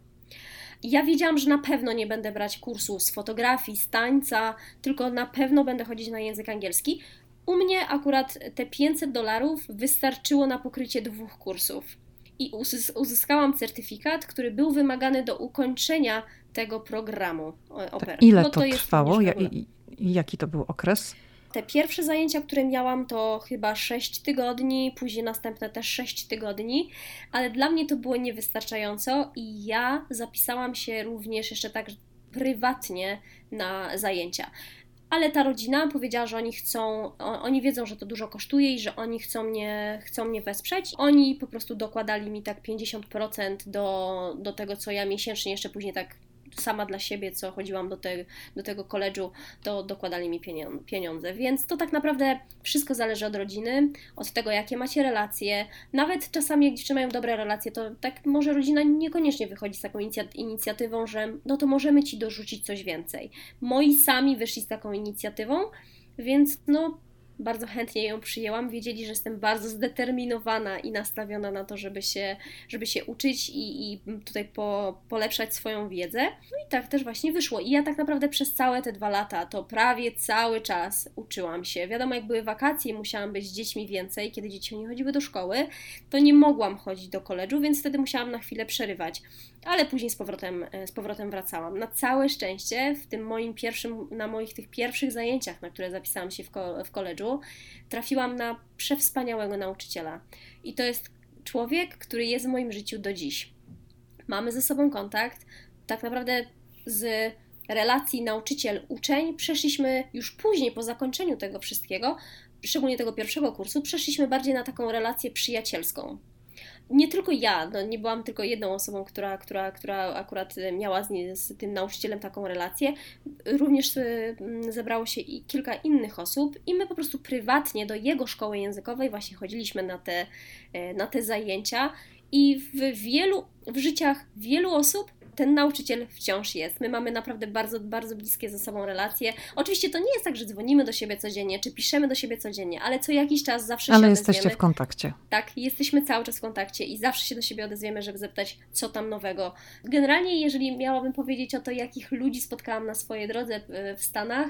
Ja wiedziałam, że na pewno nie będę brać kursu z fotografii, z tańca, tylko na pewno będę chodzić na język angielski. U mnie akurat te pięćset dolarów wystarczyło na pokrycie dwóch kursów. I uzyskałam certyfikat, który był wymagany do ukończenia tego programu oper. Ile to, to trwało? Ja, i, jaki to był okres? Te pierwsze zajęcia, które miałam, to chyba sześć tygodni, później następne też sześć tygodni, ale dla mnie to było niewystarczająco i ja zapisałam się również jeszcze tak prywatnie na zajęcia. Ale ta rodzina powiedziała, że oni chcą, oni wiedzą, że to dużo kosztuje i że oni chcą mnie, chcą mnie wesprzeć. Oni po prostu dokładali mi tak pięćdziesiąt procent do, do tego, co ja miesięcznie jeszcze później tak sama dla siebie, co chodziłam do, te, do tego koledżu, to dokładali mi pieniądze. Więc to tak naprawdę wszystko zależy od rodziny, od tego, jakie macie relacje. Nawet czasami, jak dziewczyny mają dobre relacje, to tak może rodzina niekoniecznie wychodzi z taką inicjatywą, że no to możemy Ci dorzucić coś więcej. Moi sami wyszli z taką inicjatywą, więc no bardzo chętnie ją przyjęłam. Wiedzieli, że jestem bardzo zdeterminowana i nastawiona na to, żeby się, żeby się uczyć i, i tutaj po, polepszać swoją wiedzę. No i tak też właśnie wyszło. I ja tak naprawdę przez całe te dwa lata, to prawie cały czas uczyłam się. Wiadomo, jak były wakacje i musiałam być z dziećmi więcej, kiedy dzieci nie chodziły do szkoły, to nie mogłam chodzić do koledżu, więc wtedy musiałam na chwilę przerywać. Ale później z powrotem, z powrotem wracałam. Na całe szczęście w tym moim pierwszym, na moich tych pierwszych zajęciach, na które zapisałam się w, ko- w koledżu, trafiłam na przewspaniałego nauczyciela. I to jest człowiek, który jest w moim życiu do dziś. Mamy ze sobą kontakt. Tak naprawdę z relacji nauczyciel-uczeń przeszliśmy już później, po zakończeniu tego wszystkiego, szczególnie tego pierwszego kursu, przeszliśmy bardziej na taką relację przyjacielską. Nie tylko ja, no nie byłam tylko jedną osobą, która, która, która akurat miała z, nie, z tym nauczycielem taką relację. Również zebrało się i kilka innych osób i my po prostu prywatnie do jego szkoły językowej właśnie chodziliśmy na te, na te zajęcia i w wielu, w życiach wielu osób ten nauczyciel wciąż jest. My mamy naprawdę bardzo, bardzo bliskie ze sobą relacje. Oczywiście to nie jest tak, że dzwonimy do siebie codziennie, czy piszemy do siebie codziennie, ale co jakiś czas zawsze ale się jesteście odezwiemy. w kontakcie. Tak, jesteśmy cały czas w kontakcie i zawsze się do siebie odezwiemy, żeby zapytać, co tam nowego. Generalnie, jeżeli miałabym powiedzieć o to, jakich ludzi spotkałam na swojej drodze w Stanach,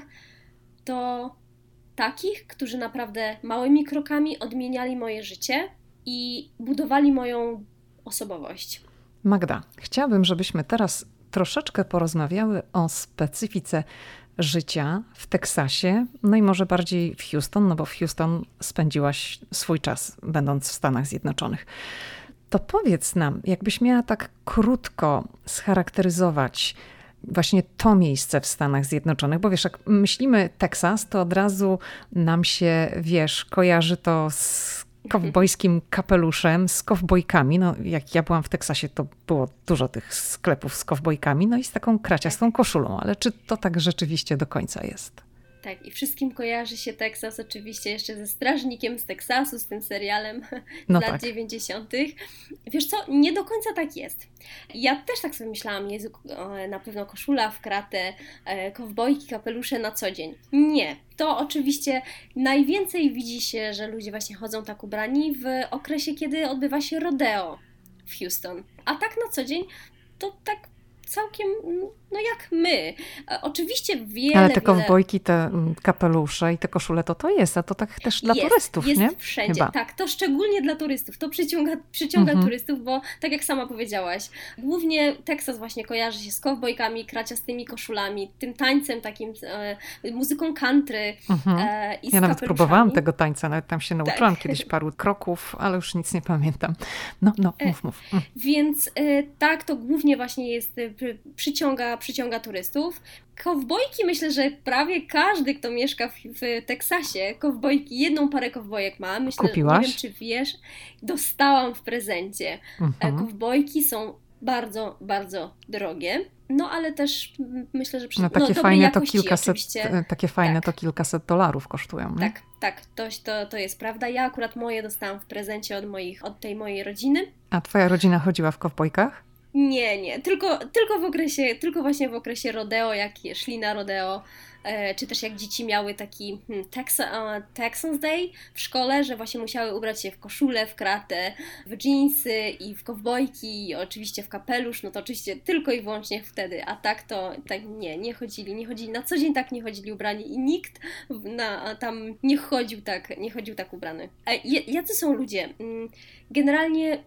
to takich, którzy naprawdę małymi krokami odmieniali moje życie i budowali moją osobowość. Magda, chciałabym, żebyśmy teraz troszeczkę porozmawiały o specyfice życia w Teksasie, no i może bardziej w Houston, no bo w Houston spędziłaś swój czas, będąc w Stanach Zjednoczonych. To powiedz nam, jakbyś miała tak krótko scharakteryzować właśnie to miejsce w Stanach Zjednoczonych, bo wiesz, jak myślimy Teksas, to od razu nam się, wiesz, kojarzy to z kowbojskim kapeluszem, z kowbojkami. No, jak ja byłam w Teksasie, to było dużo tych sklepów z kowbojkami, no i z taką kraciastą koszulą. Ale czy to tak rzeczywiście do końca jest? Tak, i wszystkim kojarzy się Teksas oczywiście jeszcze ze Strażnikiem z Teksasu, z tym serialem no z lat tak. dziewięćdziesiątych. Wiesz co, nie do końca tak jest. Ja też tak sobie myślałam, Jezu, na pewno koszula w kratę, kowbojki, kapelusze na co dzień. Nie, to oczywiście najwięcej widzi się, że ludzie właśnie chodzą tak ubrani w okresie, kiedy odbywa się rodeo w Houston. A tak na co dzień to tak całkiem, no jak my. Oczywiście wiele... Ale te wiele... kowbojki, te kapelusze i te koszule, to to jest, a to tak też dla jest, turystów, jest nie? Jest wszędzie, Chyba. tak, to szczególnie dla turystów, to przyciąga, przyciąga mhm. turystów, bo tak jak sama powiedziałaś, głównie Teksas właśnie kojarzy się z kowbojkami, kraciastymi koszulami, tym tańcem takim, e, muzyką country mhm. e, i z Ja nawet kapeluszami. próbowałam tego tańca, nawet tam się nauczyłam tak. kiedyś paru kroków, ale już nic nie pamiętam. No, no, mów, mów. E, więc e, tak, to głównie właśnie jest, e, przyciąga, przyciąga turystów. Kowbojki, myślę, że prawie każdy, kto mieszka w, w Teksasie, kowbojki, jedną parę kowbojek ma. Myślę, Kupiłaś? Nie wiem, czy wiesz, dostałam w prezencie. Mhm. Kowbojki są bardzo, bardzo drogie, no ale też myślę, że przy, no, takie no, fajne jakości, to kilkaset, oczywiście. takie fajne tak. to kilkaset dolarów kosztują, nie? Tak, tak, to, to, to jest prawda. Ja akurat moje dostałam w prezencie od, moich, od tej mojej rodziny. A twoja rodzina chodziła w kowbojkach? Nie, nie, tylko, tylko w okresie, tylko właśnie w okresie rodeo, jak szli na rodeo, e, czy też jak dzieci miały taki hmm, Texa, uh, Texans Day w szkole, że właśnie musiały ubrać się w koszulę, w kratę, w dżinsy i w kowbojki i oczywiście w kapelusz, no to oczywiście tylko i wyłącznie wtedy, a tak to tak nie, nie chodzili, nie chodzili, na co dzień tak nie chodzili ubrani i nikt na, tam nie chodził tak, nie chodził tak ubrany. E, jacy są ludzie? Generalnie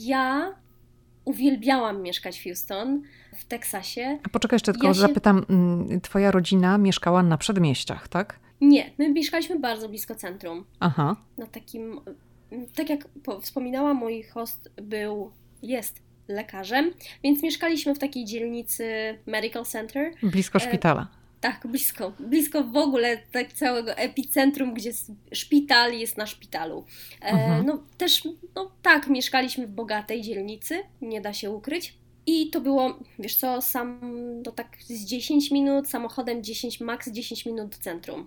ja uwielbiałam mieszkać w Houston, w Teksasie. A poczekaj, jeszcze tylko ja się... zapytam, twoja rodzina mieszkała na przedmieściach, tak? Nie, my mieszkaliśmy bardzo blisko centrum. Aha. Na takim, tak jak wspominałam, mój host był, jest lekarzem, więc mieszkaliśmy w takiej dzielnicy Medical Center. Blisko szpitala. E, tak, blisko. Blisko w ogóle tak całego epicentrum, gdzie szpital jest na szpitalu. E, mhm. No też, no tak, mieszkaliśmy w bogatej dzielnicy, nie da się ukryć. I to było, wiesz co, sam, to tak z dziesięć minut, samochodem dziesięć, max dziesięć minut do centrum,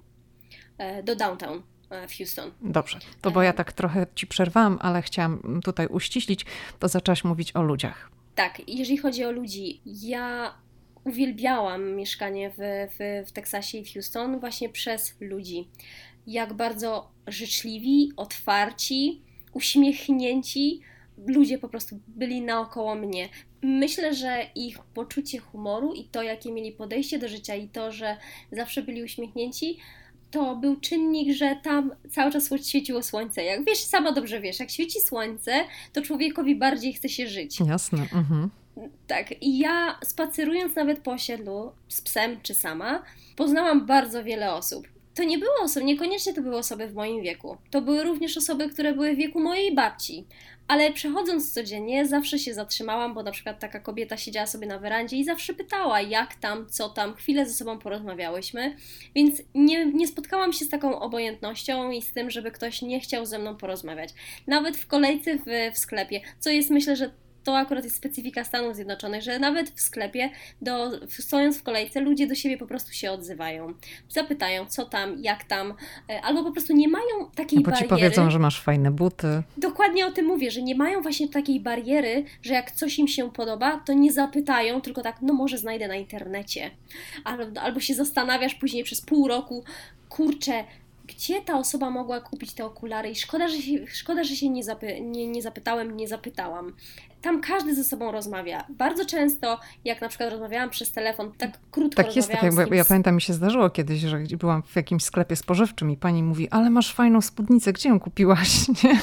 e, do downtown w Houston. Dobrze, to bo ja tak trochę ci przerwałam, ale chciałam tutaj uściślić, to zaczęłaś mówić o ludziach. Tak, jeżeli chodzi o ludzi, ja uwielbiałam mieszkanie w, w, w Teksasie i w Houston właśnie przez ludzi. Jak bardzo życzliwi, otwarci, uśmiechnięci ludzie po prostu byli naokoło mnie. Myślę, że ich poczucie humoru i to, jakie mieli podejście do życia i to, że zawsze byli uśmiechnięci, to był czynnik, że tam cały czas świeciło słońce. Jak wiesz, sama dobrze wiesz, jak świeci słońce, to człowiekowi bardziej chce się żyć. Jasne. Mhm. Tak, i ja spacerując nawet po osiedlu z psem czy sama, poznałam bardzo wiele osób. To nie były osoby, niekoniecznie to były osoby w moim wieku. To były również osoby, które były w wieku mojej babci. Ale przechodząc codziennie zawsze się zatrzymałam, bo na przykład taka kobieta siedziała sobie na werandzie i zawsze pytała, jak tam, co tam, chwilę ze sobą porozmawiałyśmy, więc nie, nie spotkałam się z taką obojętnością i z tym, żeby ktoś nie chciał ze mną porozmawiać. Nawet w kolejce w, w sklepie, co jest, myślę, że to akurat jest specyfika Stanów Zjednoczonych, że nawet w sklepie, do, stojąc w kolejce, ludzie do siebie po prostu się odzywają. Zapytają, co tam, jak tam, albo po prostu nie mają takiej no bo bariery. Bo ci powiedzą, że masz fajne buty. Dokładnie o tym mówię, że nie mają właśnie takiej bariery, że jak coś im się podoba, to nie zapytają, tylko tak, no może znajdę na internecie. Albo, albo się zastanawiasz później przez pół roku, kurczę, gdzie ta osoba mogła kupić te okulary i szkoda, że się, szkoda, że się nie, zapy, nie, nie zapytałem, nie zapytałam. Tam każdy ze sobą rozmawia. Bardzo często, jak na przykład rozmawiałam przez telefon, tak krótko tak jest, rozmawiałam tak, z kim... Ja pamiętam, mi się zdarzyło kiedyś, że byłam w jakimś sklepie spożywczym i pani mówi, ale masz fajną spódnicę, gdzie ją kupiłaś? Nie?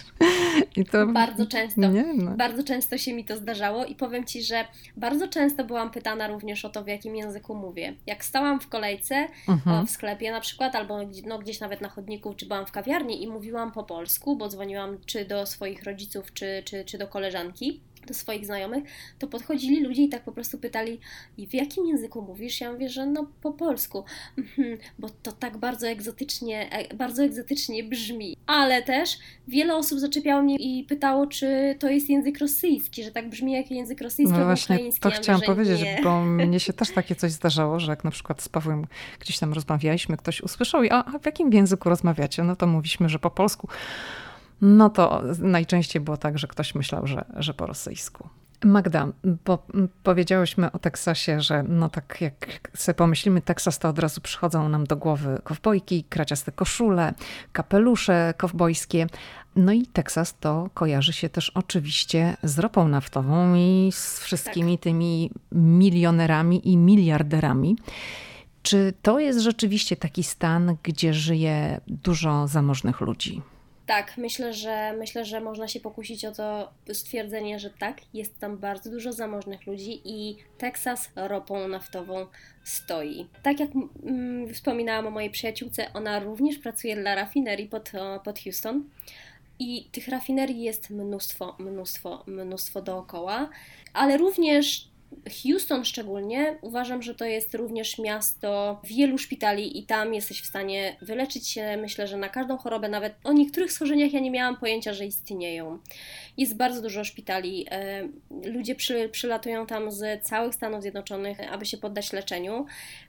I to... Bardzo często. Nie, no. Bardzo często się mi to zdarzało i powiem Ci, że bardzo często byłam pytana również o to, w jakim języku mówię. Jak stałam w kolejce mhm. w sklepie na przykład, albo no, gdzieś nawet na chodniku, czy byłam w kawiarni i mówiłam po polsku, bo dzwoniłam czy do swoich rodziców, czy, czy, czy do koleżanki, do swoich znajomych, to podchodzili ludzie i tak po prostu pytali, i w jakim języku mówisz? Ja mówię, że no po polsku, mhm, bo to tak bardzo egzotycznie, bardzo egzotycznie brzmi. Ale też wiele osób zaczepiało mnie i pytało, czy to jest język rosyjski, że tak brzmi jak język rosyjski no albo właśnie, ukraiński. to ja chciałam mówię, powiedzieć, nie. bo mnie się też takie coś zdarzało, że jak na przykład z Pawłem gdzieś tam rozmawialiśmy, ktoś usłyszał i a, a w jakim języku rozmawiacie? No to mówiliśmy, że po polsku. No to najczęściej było tak, że ktoś myślał, że, że po rosyjsku. Magda, bo powiedziałyśmy o Teksasie, że no tak jak sobie pomyślimy Teksas, to od razu przychodzą nam do głowy kowbojki, kraciaste koszule, kapelusze kowbojskie. No i Teksas to kojarzy się też oczywiście z ropą naftową i z wszystkimi tak. tymi milionerami i miliarderami. Czy to jest rzeczywiście taki stan, gdzie żyje dużo zamożnych ludzi? Tak, myślę, że myślę, że można się pokusić o to stwierdzenie, że tak, jest tam bardzo dużo zamożnych ludzi i Teksas ropą naftową stoi. Tak jak mm, wspominałam o mojej przyjaciółce, ona również pracuje dla rafinerii pod, pod Houston i tych rafinerii jest mnóstwo, mnóstwo, mnóstwo dookoła, ale również Houston szczególnie, uważam, że to jest również miasto wielu szpitali i tam jesteś w stanie wyleczyć się, myślę, że na każdą chorobę, nawet o niektórych schorzeniach ja nie miałam pojęcia, że istnieją. Jest bardzo dużo szpitali, ludzie przy, przylatują tam z całych Stanów Zjednoczonych, aby się poddać leczeniu,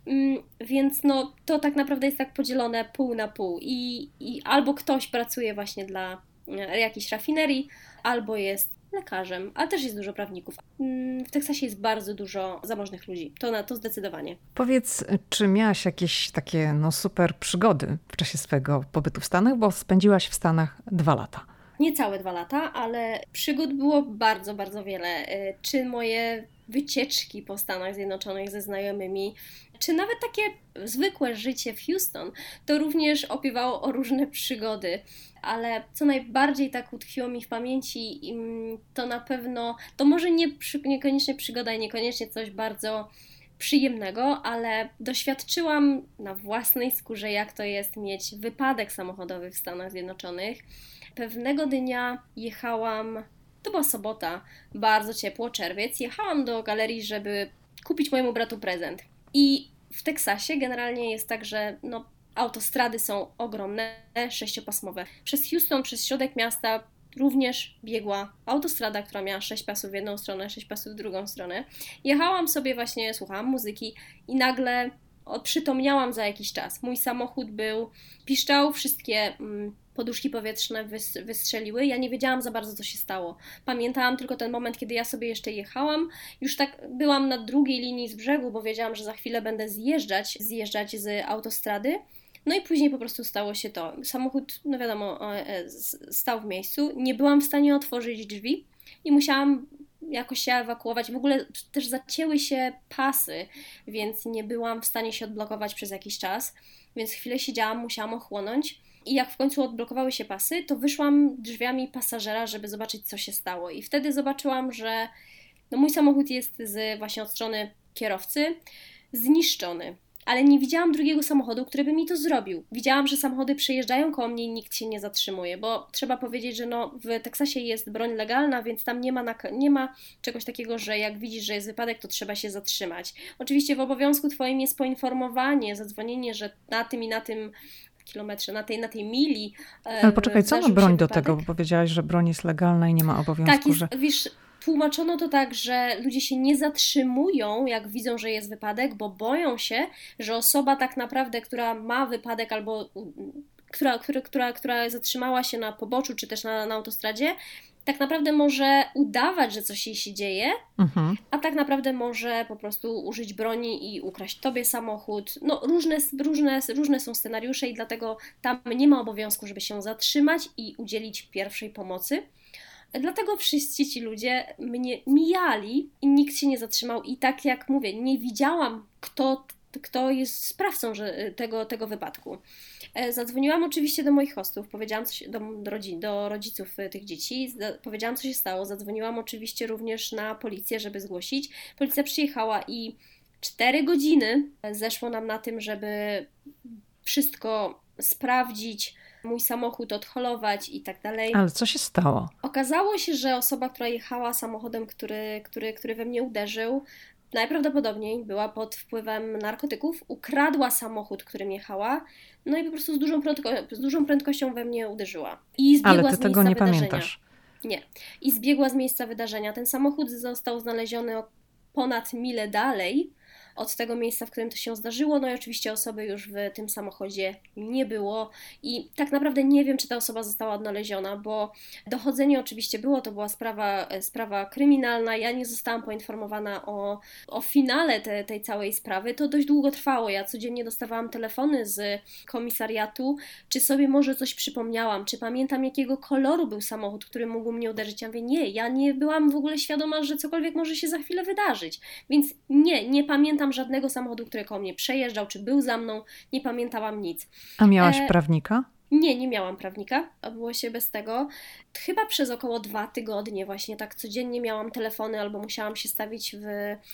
więc no to tak naprawdę jest tak podzielone pół na pół i, i albo ktoś pracuje właśnie dla jakiejś rafinerii, albo jest lekarzem, ale też jest dużo prawników. W Teksasie jest bardzo dużo zamożnych ludzi. To na to zdecydowanie. Powiedz, czy miałaś jakieś takie no, super przygody w czasie swojego pobytu w Stanach, bo spędziłaś w Stanach dwa lata. Niecałe dwa lata, ale przygód było bardzo, bardzo wiele. Czy moje wycieczki po Stanach Zjednoczonych ze znajomymi, czy nawet takie zwykłe życie w Houston, to również opiewało o różne przygody. Ale co najbardziej tak utkwiło mi w pamięci, to na pewno, to może nie, niekoniecznie przygoda i niekoniecznie coś bardzo przyjemnego, ale doświadczyłam na własnej skórze, jak to jest mieć wypadek samochodowy w Stanach Zjednoczonych. Pewnego dnia jechałam, to była sobota, bardzo ciepło, czerwiec, jechałam do galerii, żeby kupić mojemu bratu prezent. I w Teksasie generalnie jest tak, że no, autostrady są ogromne, sześciopasmowe. Przez Houston, przez środek miasta również biegła autostrada, która miała sześć pasów w jedną stronę, sześć pasów w drugą stronę. Jechałam sobie właśnie, słuchałam muzyki i nagle przytomniałam za jakiś czas. Mój samochód był, piszczał, wszystkie mm, poduszki powietrzne wys- wystrzeliły. Ja nie wiedziałam za bardzo, co się stało. Pamiętałam tylko ten moment, kiedy ja sobie jeszcze jechałam. Już tak byłam na drugiej linii z brzegu, bo wiedziałam, że za chwilę będę zjeżdżać, zjeżdżać z autostrady. No i później po prostu stało się to. Samochód, no wiadomo, stał w miejscu. Nie byłam w stanie otworzyć drzwi i musiałam jakoś się ewakuować. W ogóle też zacięły się pasy, więc nie byłam w stanie się odblokować przez jakiś czas. Więc chwilę siedziałam, musiałam ochłonąć. I jak w końcu odblokowały się pasy, to wyszłam drzwiami pasażera, żeby zobaczyć, co się stało. I wtedy zobaczyłam, że no mój samochód jest z, właśnie od strony kierowcy zniszczony. Ale nie widziałam drugiego samochodu, który by mi to zrobił. Widziałam, że samochody przejeżdżają koło mnie i nikt się nie zatrzymuje, bo trzeba powiedzieć, że no, w Teksasie jest broń legalna, więc tam nie ma, nak- nie ma czegoś takiego, że jak widzisz, że jest wypadek, to trzeba się zatrzymać. Oczywiście w obowiązku twoim jest poinformowanie, zadzwonienie, że na tym i na tym kilometrze, na tej, na tej mili. Ale poczekaj, co ma broń do tego? Bo powiedziałaś, że broń jest legalna i nie ma obowiązku, tak, jest, że... wiesz, tłumaczono to tak, że ludzie się nie zatrzymują, jak widzą, że jest wypadek, bo boją się, że osoba tak naprawdę, która ma wypadek albo która, która, która, która zatrzymała się na poboczu czy też na, na autostradzie, tak naprawdę może udawać, że coś jej się dzieje, mhm. a tak naprawdę może po prostu użyć broni i ukraść tobie samochód. No różne, różne, różne są scenariusze i dlatego tam nie ma obowiązku, żeby się zatrzymać i udzielić pierwszej pomocy. Dlatego wszyscy ci ludzie mnie mijali i nikt się nie zatrzymał i tak jak mówię, nie widziałam, kto, kto jest sprawcą że, tego, tego wypadku. Zadzwoniłam oczywiście do moich hostów, powiedziałam coś, do, do, rodzin, do rodziców tych dzieci, powiedziałam, co się stało. Zadzwoniłam oczywiście również na policję, żeby zgłosić. Policja przyjechała i cztery godziny zeszło nam na tym, żeby wszystko sprawdzić, mój samochód odholować i tak dalej. Ale co się stało? Okazało się, że osoba, która jechała samochodem, który, który, który we mnie uderzył, najprawdopodobniej była pod wpływem narkotyków, ukradła samochód, którym jechała, no i po prostu z dużą, prędko- z dużą prędkością we mnie uderzyła. I zbiegła Ale ty z tego miejsca nie wydarzenia. pamiętasz. Nie. I zbiegła z miejsca wydarzenia. Ten samochód został znaleziony o ponad milę dalej od tego miejsca, w którym to się zdarzyło. No i oczywiście osoby już w tym samochodzie nie było i tak naprawdę nie wiem, czy ta osoba została odnaleziona, bo dochodzenie oczywiście było, to była sprawa, sprawa kryminalna. Ja nie zostałam poinformowana o, o finale te, tej całej sprawy. To dość długo trwało. Ja codziennie dostawałam telefony z komisariatu, czy sobie może coś przypomniałam, czy pamiętam, jakiego koloru był samochód, który mógł mnie uderzyć. Ja mówię, nie, ja nie byłam w ogóle świadoma, że cokolwiek może się za chwilę wydarzyć. Więc nie, nie pamiętam żadnego samochodu, który koło mnie przejeżdżał, czy był za mną, nie pamiętałam nic. A miałaś E, prawnika? Nie, nie miałam prawnika, obyło się bez tego. Chyba przez około dwa tygodnie właśnie tak codziennie miałam telefony albo musiałam się stawić w,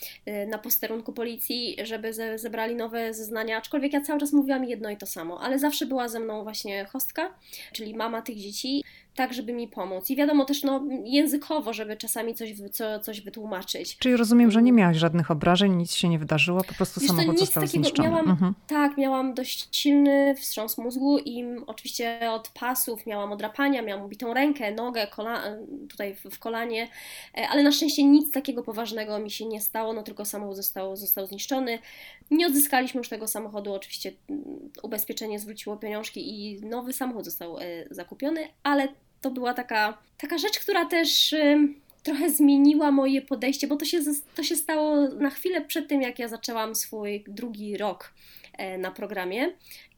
na posterunku policji, żeby ze, zebrali nowe zeznania, aczkolwiek ja cały czas mówiłam jedno i to samo, ale zawsze była ze mną właśnie hostka, czyli mama tych dzieci, tak żeby mi pomóc. I wiadomo też no, językowo, żeby czasami coś, co, coś wytłumaczyć. Czyli rozumiem, że nie miałaś żadnych obrażeń, nic się nie wydarzyło, po prostu Wiesz, samochód nic został takiego, zniszczony. miałam, Mhm. Tak, miałam dość silny wstrząs mózgu i oczywiście od pasów miałam odrapania, miałam ubitą rękę, nogę, kola, tutaj w kolanie, ale na szczęście nic takiego poważnego mi się nie stało, no tylko samochód został, został zniszczony. Nie odzyskaliśmy już tego samochodu, oczywiście ubezpieczenie zwróciło pieniążki i nowy samochód został zakupiony, ale to była taka, taka rzecz, która też trochę zmieniła moje podejście, bo to się, to się stało na chwilę przed tym, jak ja zaczęłam swój drugi rok na programie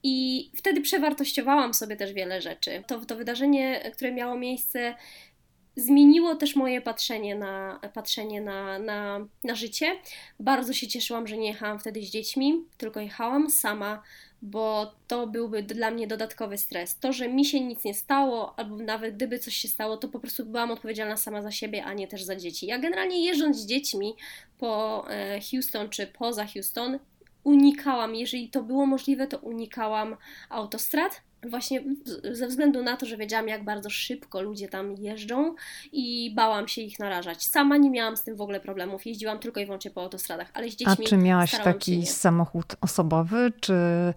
i wtedy przewartościowałam sobie też wiele rzeczy. To, to wydarzenie, które miało miejsce, zmieniło też moje patrzenie na, patrzenie na, na, na życie. Bardzo się cieszyłam, że nie jechałam wtedy z dziećmi, tylko jechałam sama, bo to byłby dla mnie dodatkowy stres. To, że mi się nic nie stało, albo nawet gdyby coś się stało, to po prostu byłam odpowiedzialna sama za siebie, a nie też za dzieci. Ja generalnie jeżdżąc z dziećmi po Houston czy poza Houston, unikałam, jeżeli to było możliwe, to unikałam autostrad. Właśnie ze względu na to, że wiedziałam, jak bardzo szybko ludzie tam jeżdżą i bałam się ich narażać. Sama nie miałam z tym w ogóle problemów, jeździłam tylko i wyłącznie po autostradach, ale z dziećmi A czy miałaś taki nie. samochód osobowy, czy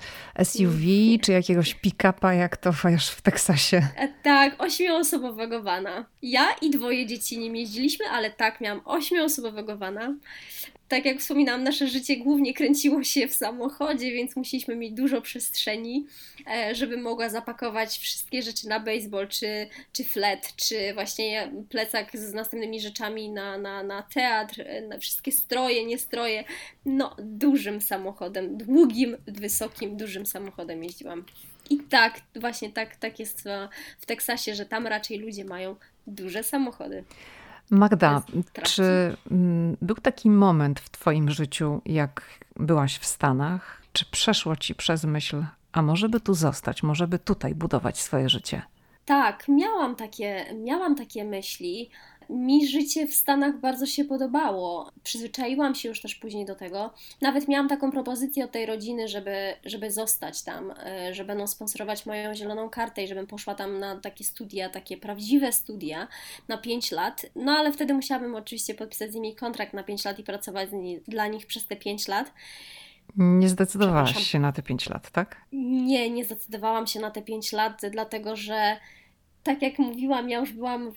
S U V, czy jakiegoś pick-upa, jak to wiesz w Teksasie? Tak, ośmioosobowego vana. Ja i dwoje dzieci nim jeździliśmy, ale tak, miałam ośmioosobowego vana. Tak jak wspominałam, nasze życie głównie kręciło się w samochodzie, więc musieliśmy mieć dużo przestrzeni, żeby mogła zapakować wszystkie rzeczy na baseball, czy, czy flet, czy właśnie plecak z następnymi rzeczami na, na, na teatr, na wszystkie stroje, niestroje. No, dużym samochodem, długim, wysokim, dużym samochodem jeździłam. I tak, właśnie tak, tak jest w Teksasie, że tam raczej ludzie mają duże samochody. Magda, czy był taki moment w twoim życiu, jak byłaś w Stanach, czy przeszło ci przez myśl, a może by tu zostać, może by tutaj budować swoje życie? Tak, miałam takie, miałam takie myśli. Mi życie w Stanach bardzo się podobało. Przyzwyczaiłam się już też później do tego. Nawet miałam taką propozycję od tej rodziny, żeby, żeby zostać tam, że będą sponsorować moją zieloną kartę i żebym poszła tam na takie studia, takie prawdziwe studia na pięć lat. No ale wtedy musiałabym oczywiście podpisać z nimi kontrakt na pięć lat i pracować dla nich przez te pięć lat. Nie zdecydowałaś się na te pięć lat, tak? Nie, nie zdecydowałam się na te pięć lat, dlatego że tak jak mówiłam, ja już byłam w,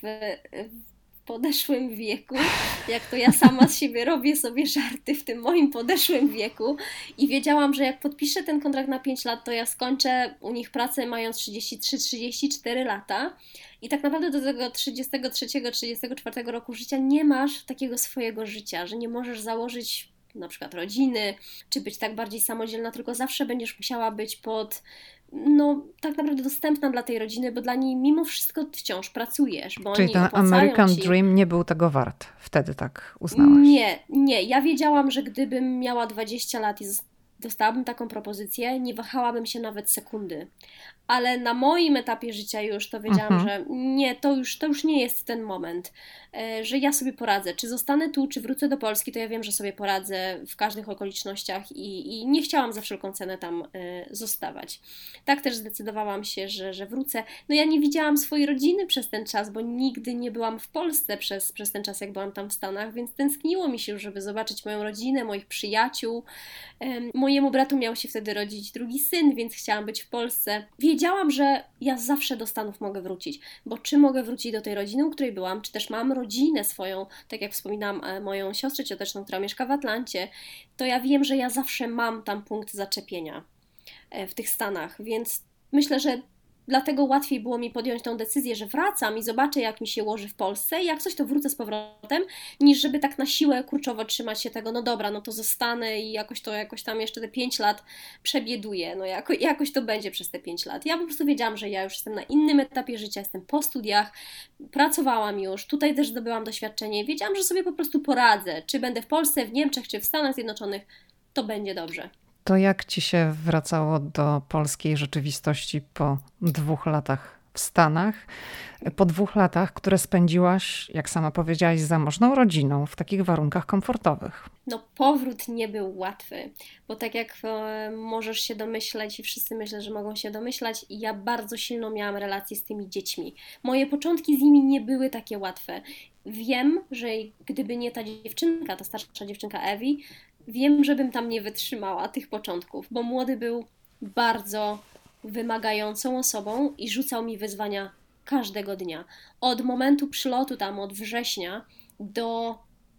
w podeszłym wieku, jak to ja sama z siebie robię sobie żarty w tym moim podeszłym wieku i wiedziałam, że jak podpiszę ten kontrakt na pięć lat, to ja skończę u nich pracę mając trzydzieści trzy trzydzieści cztery lata i tak naprawdę do tego trzydziestego trzeciego trzydziestego czwartego roku życia nie masz takiego swojego życia, że nie możesz założyć na przykład rodziny, czy być tak bardziej samodzielna, tylko zawsze będziesz musiała być pod, no tak naprawdę dostępna dla tej rodziny, bo dla niej mimo wszystko wciąż pracujesz, bo Czyli oni ten opłacają American ci. Dream nie był tego wart. Wtedy tak uznałaś. Nie, nie. Ja wiedziałam, że gdybym miała dwadzieścia lat i dostałabym taką propozycję, nie wahałabym się nawet sekundy. ale na moim etapie życia już to wiedziałam, Mhm. że nie, to już, to już nie jest ten moment, że ja sobie poradzę. Czy zostanę tu, czy wrócę do Polski, to ja wiem, że sobie poradzę w każdych okolicznościach i, i nie chciałam za wszelką cenę tam zostawać. Tak też zdecydowałam się, że, że wrócę. No ja nie widziałam swojej rodziny przez ten czas, bo nigdy nie byłam w Polsce przez, przez ten czas, jak byłam tam w Stanach, więc tęskniło mi się, żeby zobaczyć moją rodzinę, moich przyjaciół. Mojemu bratu miał się wtedy rodzić drugi syn, więc chciałam być w Polsce. Wiedziałam, że ja zawsze do Stanów mogę wrócić, bo czy mogę wrócić do tej rodziny, u której byłam, czy też mam rodzinę swoją, tak jak wspominałam, moją siostrę cioteczną, która mieszka w Atlancie, to ja wiem, że ja zawsze mam tam punkt zaczepienia w tych Stanach, więc myślę, że dlatego łatwiej było mi podjąć tą decyzję, że wracam i zobaczę, jak mi się łoży w Polsce i jak coś, to wrócę z powrotem, niż żeby tak na siłę kurczowo trzymać się tego, no dobra, no to zostanę i jakoś to jakoś tam jeszcze te pięć lat przebieduję, no jako, jakoś to będzie przez te pięć lat. Ja po prostu wiedziałam, że ja już jestem na innym etapie życia, jestem po studiach, pracowałam już, tutaj też zdobyłam doświadczenie, wiedziałam, że sobie po prostu poradzę, czy będę w Polsce, w Niemczech, czy w Stanach Zjednoczonych, to będzie dobrze. To jak ci się wracało do polskiej rzeczywistości po dwóch latach w Stanach? Po dwóch latach, które spędziłaś, jak sama powiedziałaś, z zamożną rodziną, w takich warunkach komfortowych. No powrót nie był łatwy, bo tak jak e, możesz się domyśleć i wszyscy myślę, że mogą się domyślać, ja bardzo silno miałam relacje z tymi dziećmi. Moje początki z nimi nie były takie łatwe. Wiem, że gdyby nie ta dziewczynka, ta starsza dziewczynka Ewi, wiem, żebym tam nie wytrzymała tych początków, bo młody był bardzo wymagającą osobą i rzucał mi wyzwania każdego dnia. Od momentu przylotu tam, od września do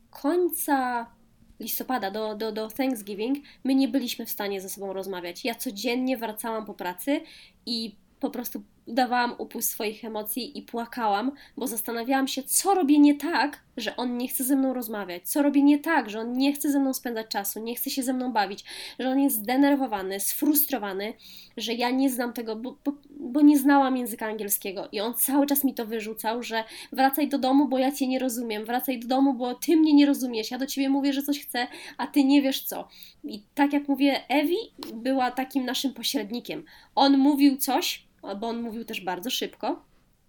końca listopada, do, do, do Thanksgiving, my nie byliśmy w stanie ze sobą rozmawiać. Ja codziennie wracałam po pracy i po prostu dawałam upust swoich emocji i płakałam, bo zastanawiałam się, co robię nie tak, że on nie chce ze mną rozmawiać, co robię nie tak, że on nie chce ze mną spędzać czasu, nie chce się ze mną bawić, że on jest zdenerwowany, sfrustrowany, że ja nie znam tego, bo, bo, bo nie znałam języka angielskiego i on cały czas mi to wyrzucał, że wracaj do domu, bo ja cię nie rozumiem, wracaj do domu, bo ty mnie nie rozumiesz, ja do ciebie mówię, że coś chcę, a ty nie wiesz co. I tak jak mówię, Ewi była takim naszym pośrednikiem. On mówił coś, bo on mówił też bardzo szybko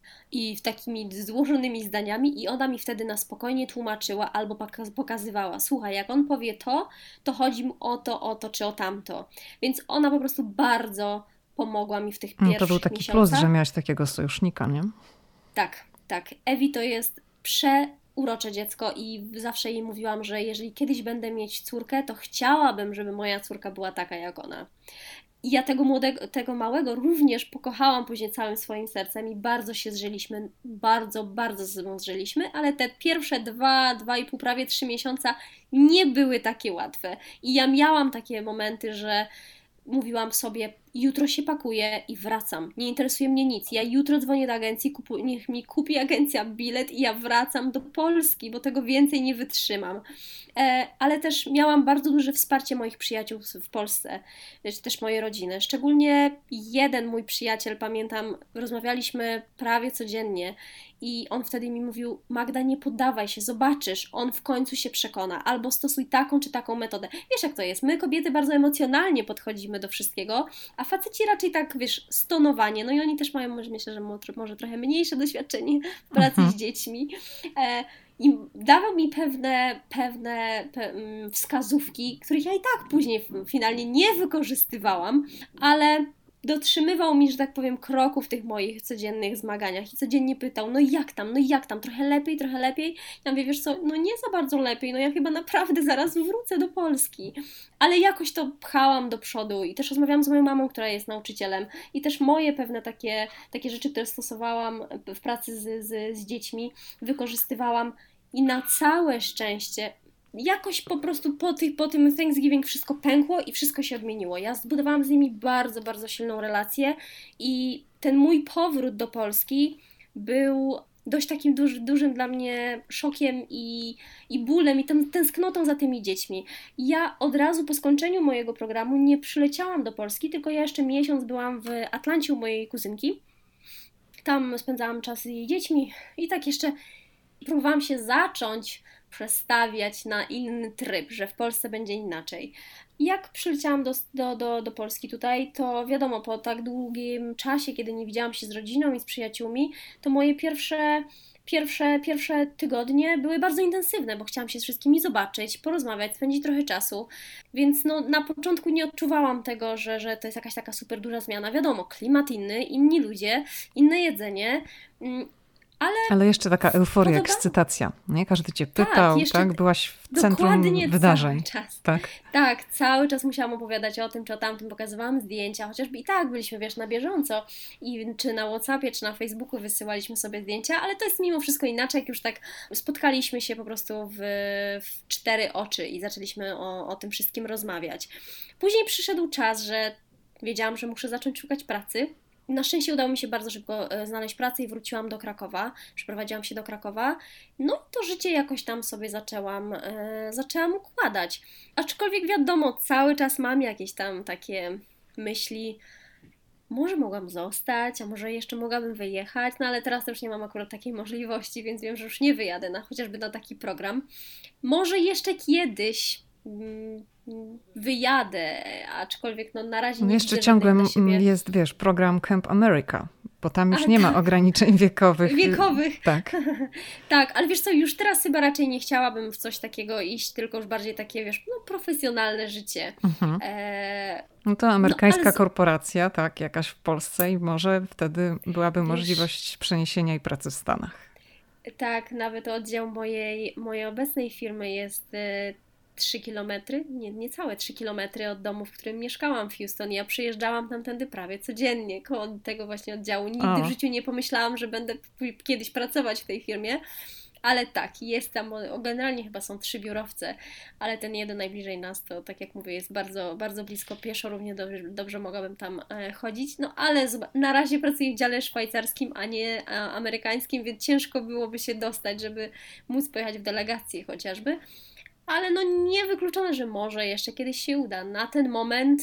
i takimi złożonymi zdaniami i ona mi wtedy na spokojnie tłumaczyła albo pokazywała, słuchaj, jak on powie to, to chodzi mu o to, o to czy o tamto. Więc ona po prostu bardzo pomogła mi w tych pierwszych miesiącach. No to był taki miesiącach. Plus, że miałaś takiego sojusznika, nie? Tak, tak. Ewi to jest przeurocze dziecko i zawsze jej mówiłam, że jeżeli kiedyś będę mieć córkę, to chciałabym, żeby moja córka była taka jak ona. I ja tego młodego, tego małego również pokochałam później całym swoim sercem i bardzo się zżyliśmy, bardzo, bardzo ze sobą zżyliśmy, ale te pierwsze dwa, dwa i pół, prawie trzy miesiąca nie były takie łatwe. I ja miałam takie momenty, że mówiłam sobie, jutro się pakuję i wracam. Nie interesuje mnie nic. Ja jutro dzwonię do agencji, kupu, niech mi kupi agencja bilet i ja wracam do Polski, bo tego więcej nie wytrzymam. E, ale też miałam bardzo duże wsparcie moich przyjaciół w Polsce, czy też mojej rodziny. Szczególnie jeden mój przyjaciel, pamiętam, rozmawialiśmy prawie codziennie i on wtedy mi mówił, Magda, nie poddawaj się, zobaczysz, on w końcu się przekona, albo stosuj taką czy taką metodę. Wiesz jak to jest, my kobiety bardzo emocjonalnie podchodzimy do wszystkiego, a faceci raczej tak, wiesz, stonowanie, no i oni też mają, myślę, że może trochę mniejsze doświadczenie w pracy z dziećmi. E, I dawał mi pewne, pewne pe, wskazówki, których ja i tak później finalnie nie wykorzystywałam, ale dotrzymywał mi, że tak powiem, kroków w tych moich codziennych zmaganiach i codziennie pytał, no jak tam, no jak tam, trochę lepiej, trochę lepiej. Ja mówię, wiesz co, no nie za bardzo lepiej, no ja chyba naprawdę zaraz wrócę do Polski. Ale jakoś to pchałam do przodu i też rozmawiałam z moją mamą, która jest nauczycielem i też moje pewne takie, takie rzeczy, które stosowałam w pracy z, z, z dziećmi, wykorzystywałam i na całe szczęście jakoś po prostu po, tych, po tym Thanksgiving wszystko pękło i wszystko się odmieniło. Ja zbudowałam z nimi bardzo, bardzo silną relację i ten mój powrót do Polski był dość takim duży, dużym dla mnie szokiem i, i bólem i tą tęsknotą za tymi dziećmi. Ja od razu po skończeniu mojego programu nie przyleciałam do Polski, tylko ja jeszcze miesiąc byłam w Atlancie u mojej kuzynki. Tam spędzałam czas z jej dziećmi i tak jeszcze próbowałam się zacząć przestawiać na inny tryb, że w Polsce będzie inaczej. Jak przyleciałam do, do, do, do Polski tutaj, to wiadomo, po tak długim czasie, kiedy nie widziałam się z rodziną i z przyjaciółmi, to moje pierwsze, pierwsze, pierwsze tygodnie były bardzo intensywne, bo chciałam się z wszystkimi zobaczyć, porozmawiać, spędzić trochę czasu, więc no, na początku nie odczuwałam tego, że, że to jest jakaś taka super duża zmiana. Wiadomo, klimat inny, inni ludzie, inne jedzenie, ale... Ale jeszcze taka euforia, podoba... ekscytacja, nie? Każdy cię pytał, tak? tak? Byłaś w centrum wydarzeń. Cały czas. Tak? tak, cały czas musiałam opowiadać o tym, czy o tamtym, pokazywałam zdjęcia, chociażby i tak byliśmy, wiesz, na bieżąco i czy na WhatsAppie, czy na Facebooku wysyłaliśmy sobie zdjęcia, ale to jest mimo wszystko inaczej, jak już tak spotkaliśmy się po prostu w, w cztery oczy i zaczęliśmy o, o tym wszystkim rozmawiać. Później przyszedł czas, że wiedziałam, że muszę zacząć szukać pracy. Na szczęście udało mi się bardzo szybko znaleźć pracę i wróciłam do Krakowa, przeprowadziłam się do Krakowa, no i to życie jakoś tam sobie zaczęłam, e, zaczęłam układać. Aczkolwiek wiadomo, cały czas mam jakieś tam takie myśli, może mogłam zostać, a może jeszcze mogłabym wyjechać, no ale teraz też nie mam akurat takiej możliwości, więc wiem, że już nie wyjadę na, chociażby na taki program. Może jeszcze kiedyś... Mm, wyjadę, aczkolwiek no na razie nie no jeszcze widzę ciągle dla siebie. Jest, wiesz, program Camp America, bo tam już A, nie tak. ma ograniczeń wiekowych. Wiekowych. Tak. tak, ale wiesz co, już teraz chyba raczej nie chciałabym w coś takiego iść, tylko już bardziej takie, wiesz, no profesjonalne życie. Mhm. E... No to amerykańska no, ale... korporacja, tak, jakaś w Polsce i może wtedy byłaby wiesz, możliwość przeniesienia i pracy w Stanach. Tak, nawet oddział mojej, mojej obecnej firmy jest trzy kilometry, nie, niecałe trzy kilometry od domu, w którym mieszkałam w Houston. Ja przyjeżdżałam tamtędy prawie codziennie koło tego właśnie oddziału. Nigdy o. w życiu nie pomyślałam, że będę kiedyś pracować w tej firmie, ale tak, jest tam, generalnie chyba są trzy biurowce, ale ten jeden najbliżej nas to, tak jak mówię, jest bardzo, bardzo blisko, pieszo równie dobrze, dobrze mogłabym tam e, chodzić, no ale na razie pracuję w dziale szwajcarskim, a nie a, amerykańskim, więc ciężko byłoby się dostać, żeby móc pojechać w delegację chociażby. Ale no niewykluczone, że może jeszcze kiedyś się uda. Na ten moment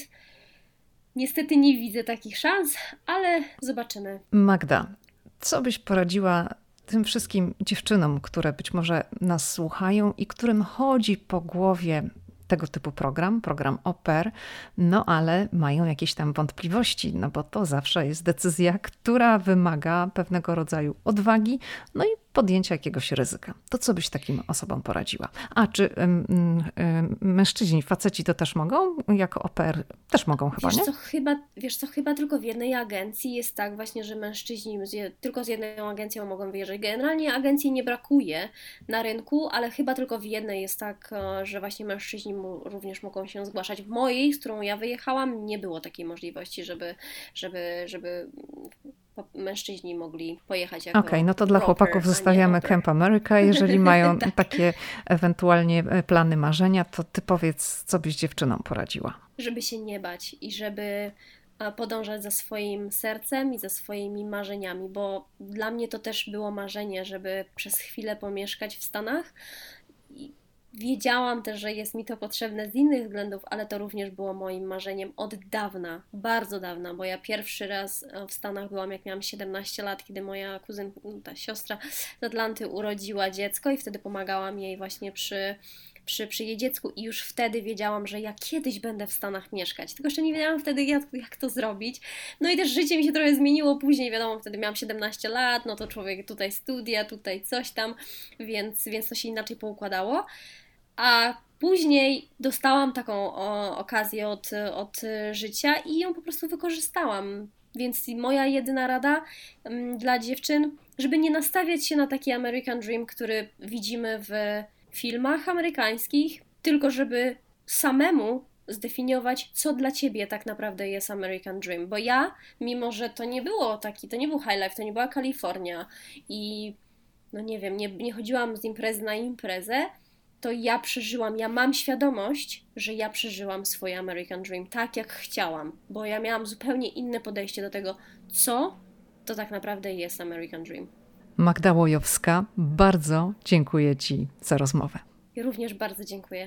niestety nie widzę takich szans, ale zobaczymy. Magda, co byś poradziła tym wszystkim dziewczynom, które być może nas słuchają i którym chodzi po głowie tego typu program, program au pair, no ale mają jakieś tam wątpliwości, no bo to zawsze jest decyzja, która wymaga pewnego rodzaju odwagi, no i podjęcia jakiegoś ryzyka. To co byś takim osobom poradziła? A czy ym, ym, mężczyźni, faceci to też mogą? Jako au pair też mogą chyba, wiesz nie? Co, chyba, wiesz co, chyba tylko w jednej agencji jest tak właśnie, że mężczyźni z, tylko z jedną agencją mogą wyjeżdżać. Generalnie agencji nie brakuje na rynku, ale chyba tylko w jednej jest tak, że właśnie mężczyźni również mogą się zgłaszać. W mojej, z którą ja wyjechałam, nie było takiej możliwości, żeby, żeby, żeby mężczyźni mogli pojechać jako Okej, okay, no to dla broker, chłopaków zostawiamy Camp America. Jeżeli mają tak. takie ewentualnie plany, marzenia, to ty powiedz, co byś dziewczynom poradziła? Żeby się nie bać i żeby podążać za swoim sercem i za swoimi marzeniami, bo dla mnie to też było marzenie, żeby przez chwilę pomieszkać w Stanach. I wiedziałam też, że jest mi to potrzebne z innych względów, ale to również było moim marzeniem od dawna, bardzo dawna, bo ja pierwszy raz w Stanach byłam, jak miałam siedemnaście lat, kiedy moja kuzynka, ta siostra z Atlanty urodziła dziecko i wtedy pomagałam jej właśnie przy, przy, przy jej dziecku i już wtedy wiedziałam, że ja kiedyś będę w Stanach mieszkać, tylko jeszcze nie wiedziałam wtedy, jak, jak to zrobić. No i też życie mi się trochę zmieniło później, wiadomo, wtedy miałam siedemnaście lat, no to człowiek tutaj studia, tutaj coś tam, więc, więc to się inaczej poukładało. A później dostałam taką o, okazję od, od życia i ją po prostu wykorzystałam. Więc moja jedyna rada m, dla dziewczyn, żeby nie nastawiać się na taki American Dream, który widzimy w filmach amerykańskich, tylko żeby samemu zdefiniować, co dla ciebie tak naprawdę jest American Dream. Bo ja, mimo że to nie było taki, to nie był high life, to nie była Kalifornia i no nie wiem, nie, nie chodziłam z imprezy na imprezę, to ja przeżyłam, ja mam świadomość, że ja przeżyłam swoje American Dream tak, jak chciałam, bo ja miałam zupełnie inne podejście do tego, co to tak naprawdę jest American Dream. Magda Łojowska, bardzo dziękuję Ci za rozmowę. Ja również bardzo dziękuję.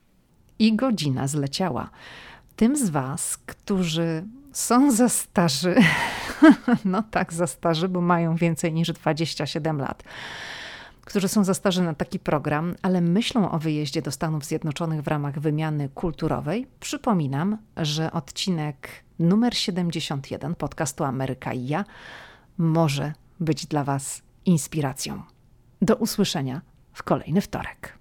I godzina zleciała. Tym z Was, którzy są za starzy, no tak za starzy, bo mają więcej niż dwadzieścia siedem lat, którzy są za starzy na taki program, ale myślą o wyjeździe do Stanów Zjednoczonych w ramach wymiany kulturowej, przypominam, że odcinek numer siedemdziesiąt jeden podcastu Ameryka i ja może być dla Was inspiracją. Do usłyszenia w kolejny wtorek.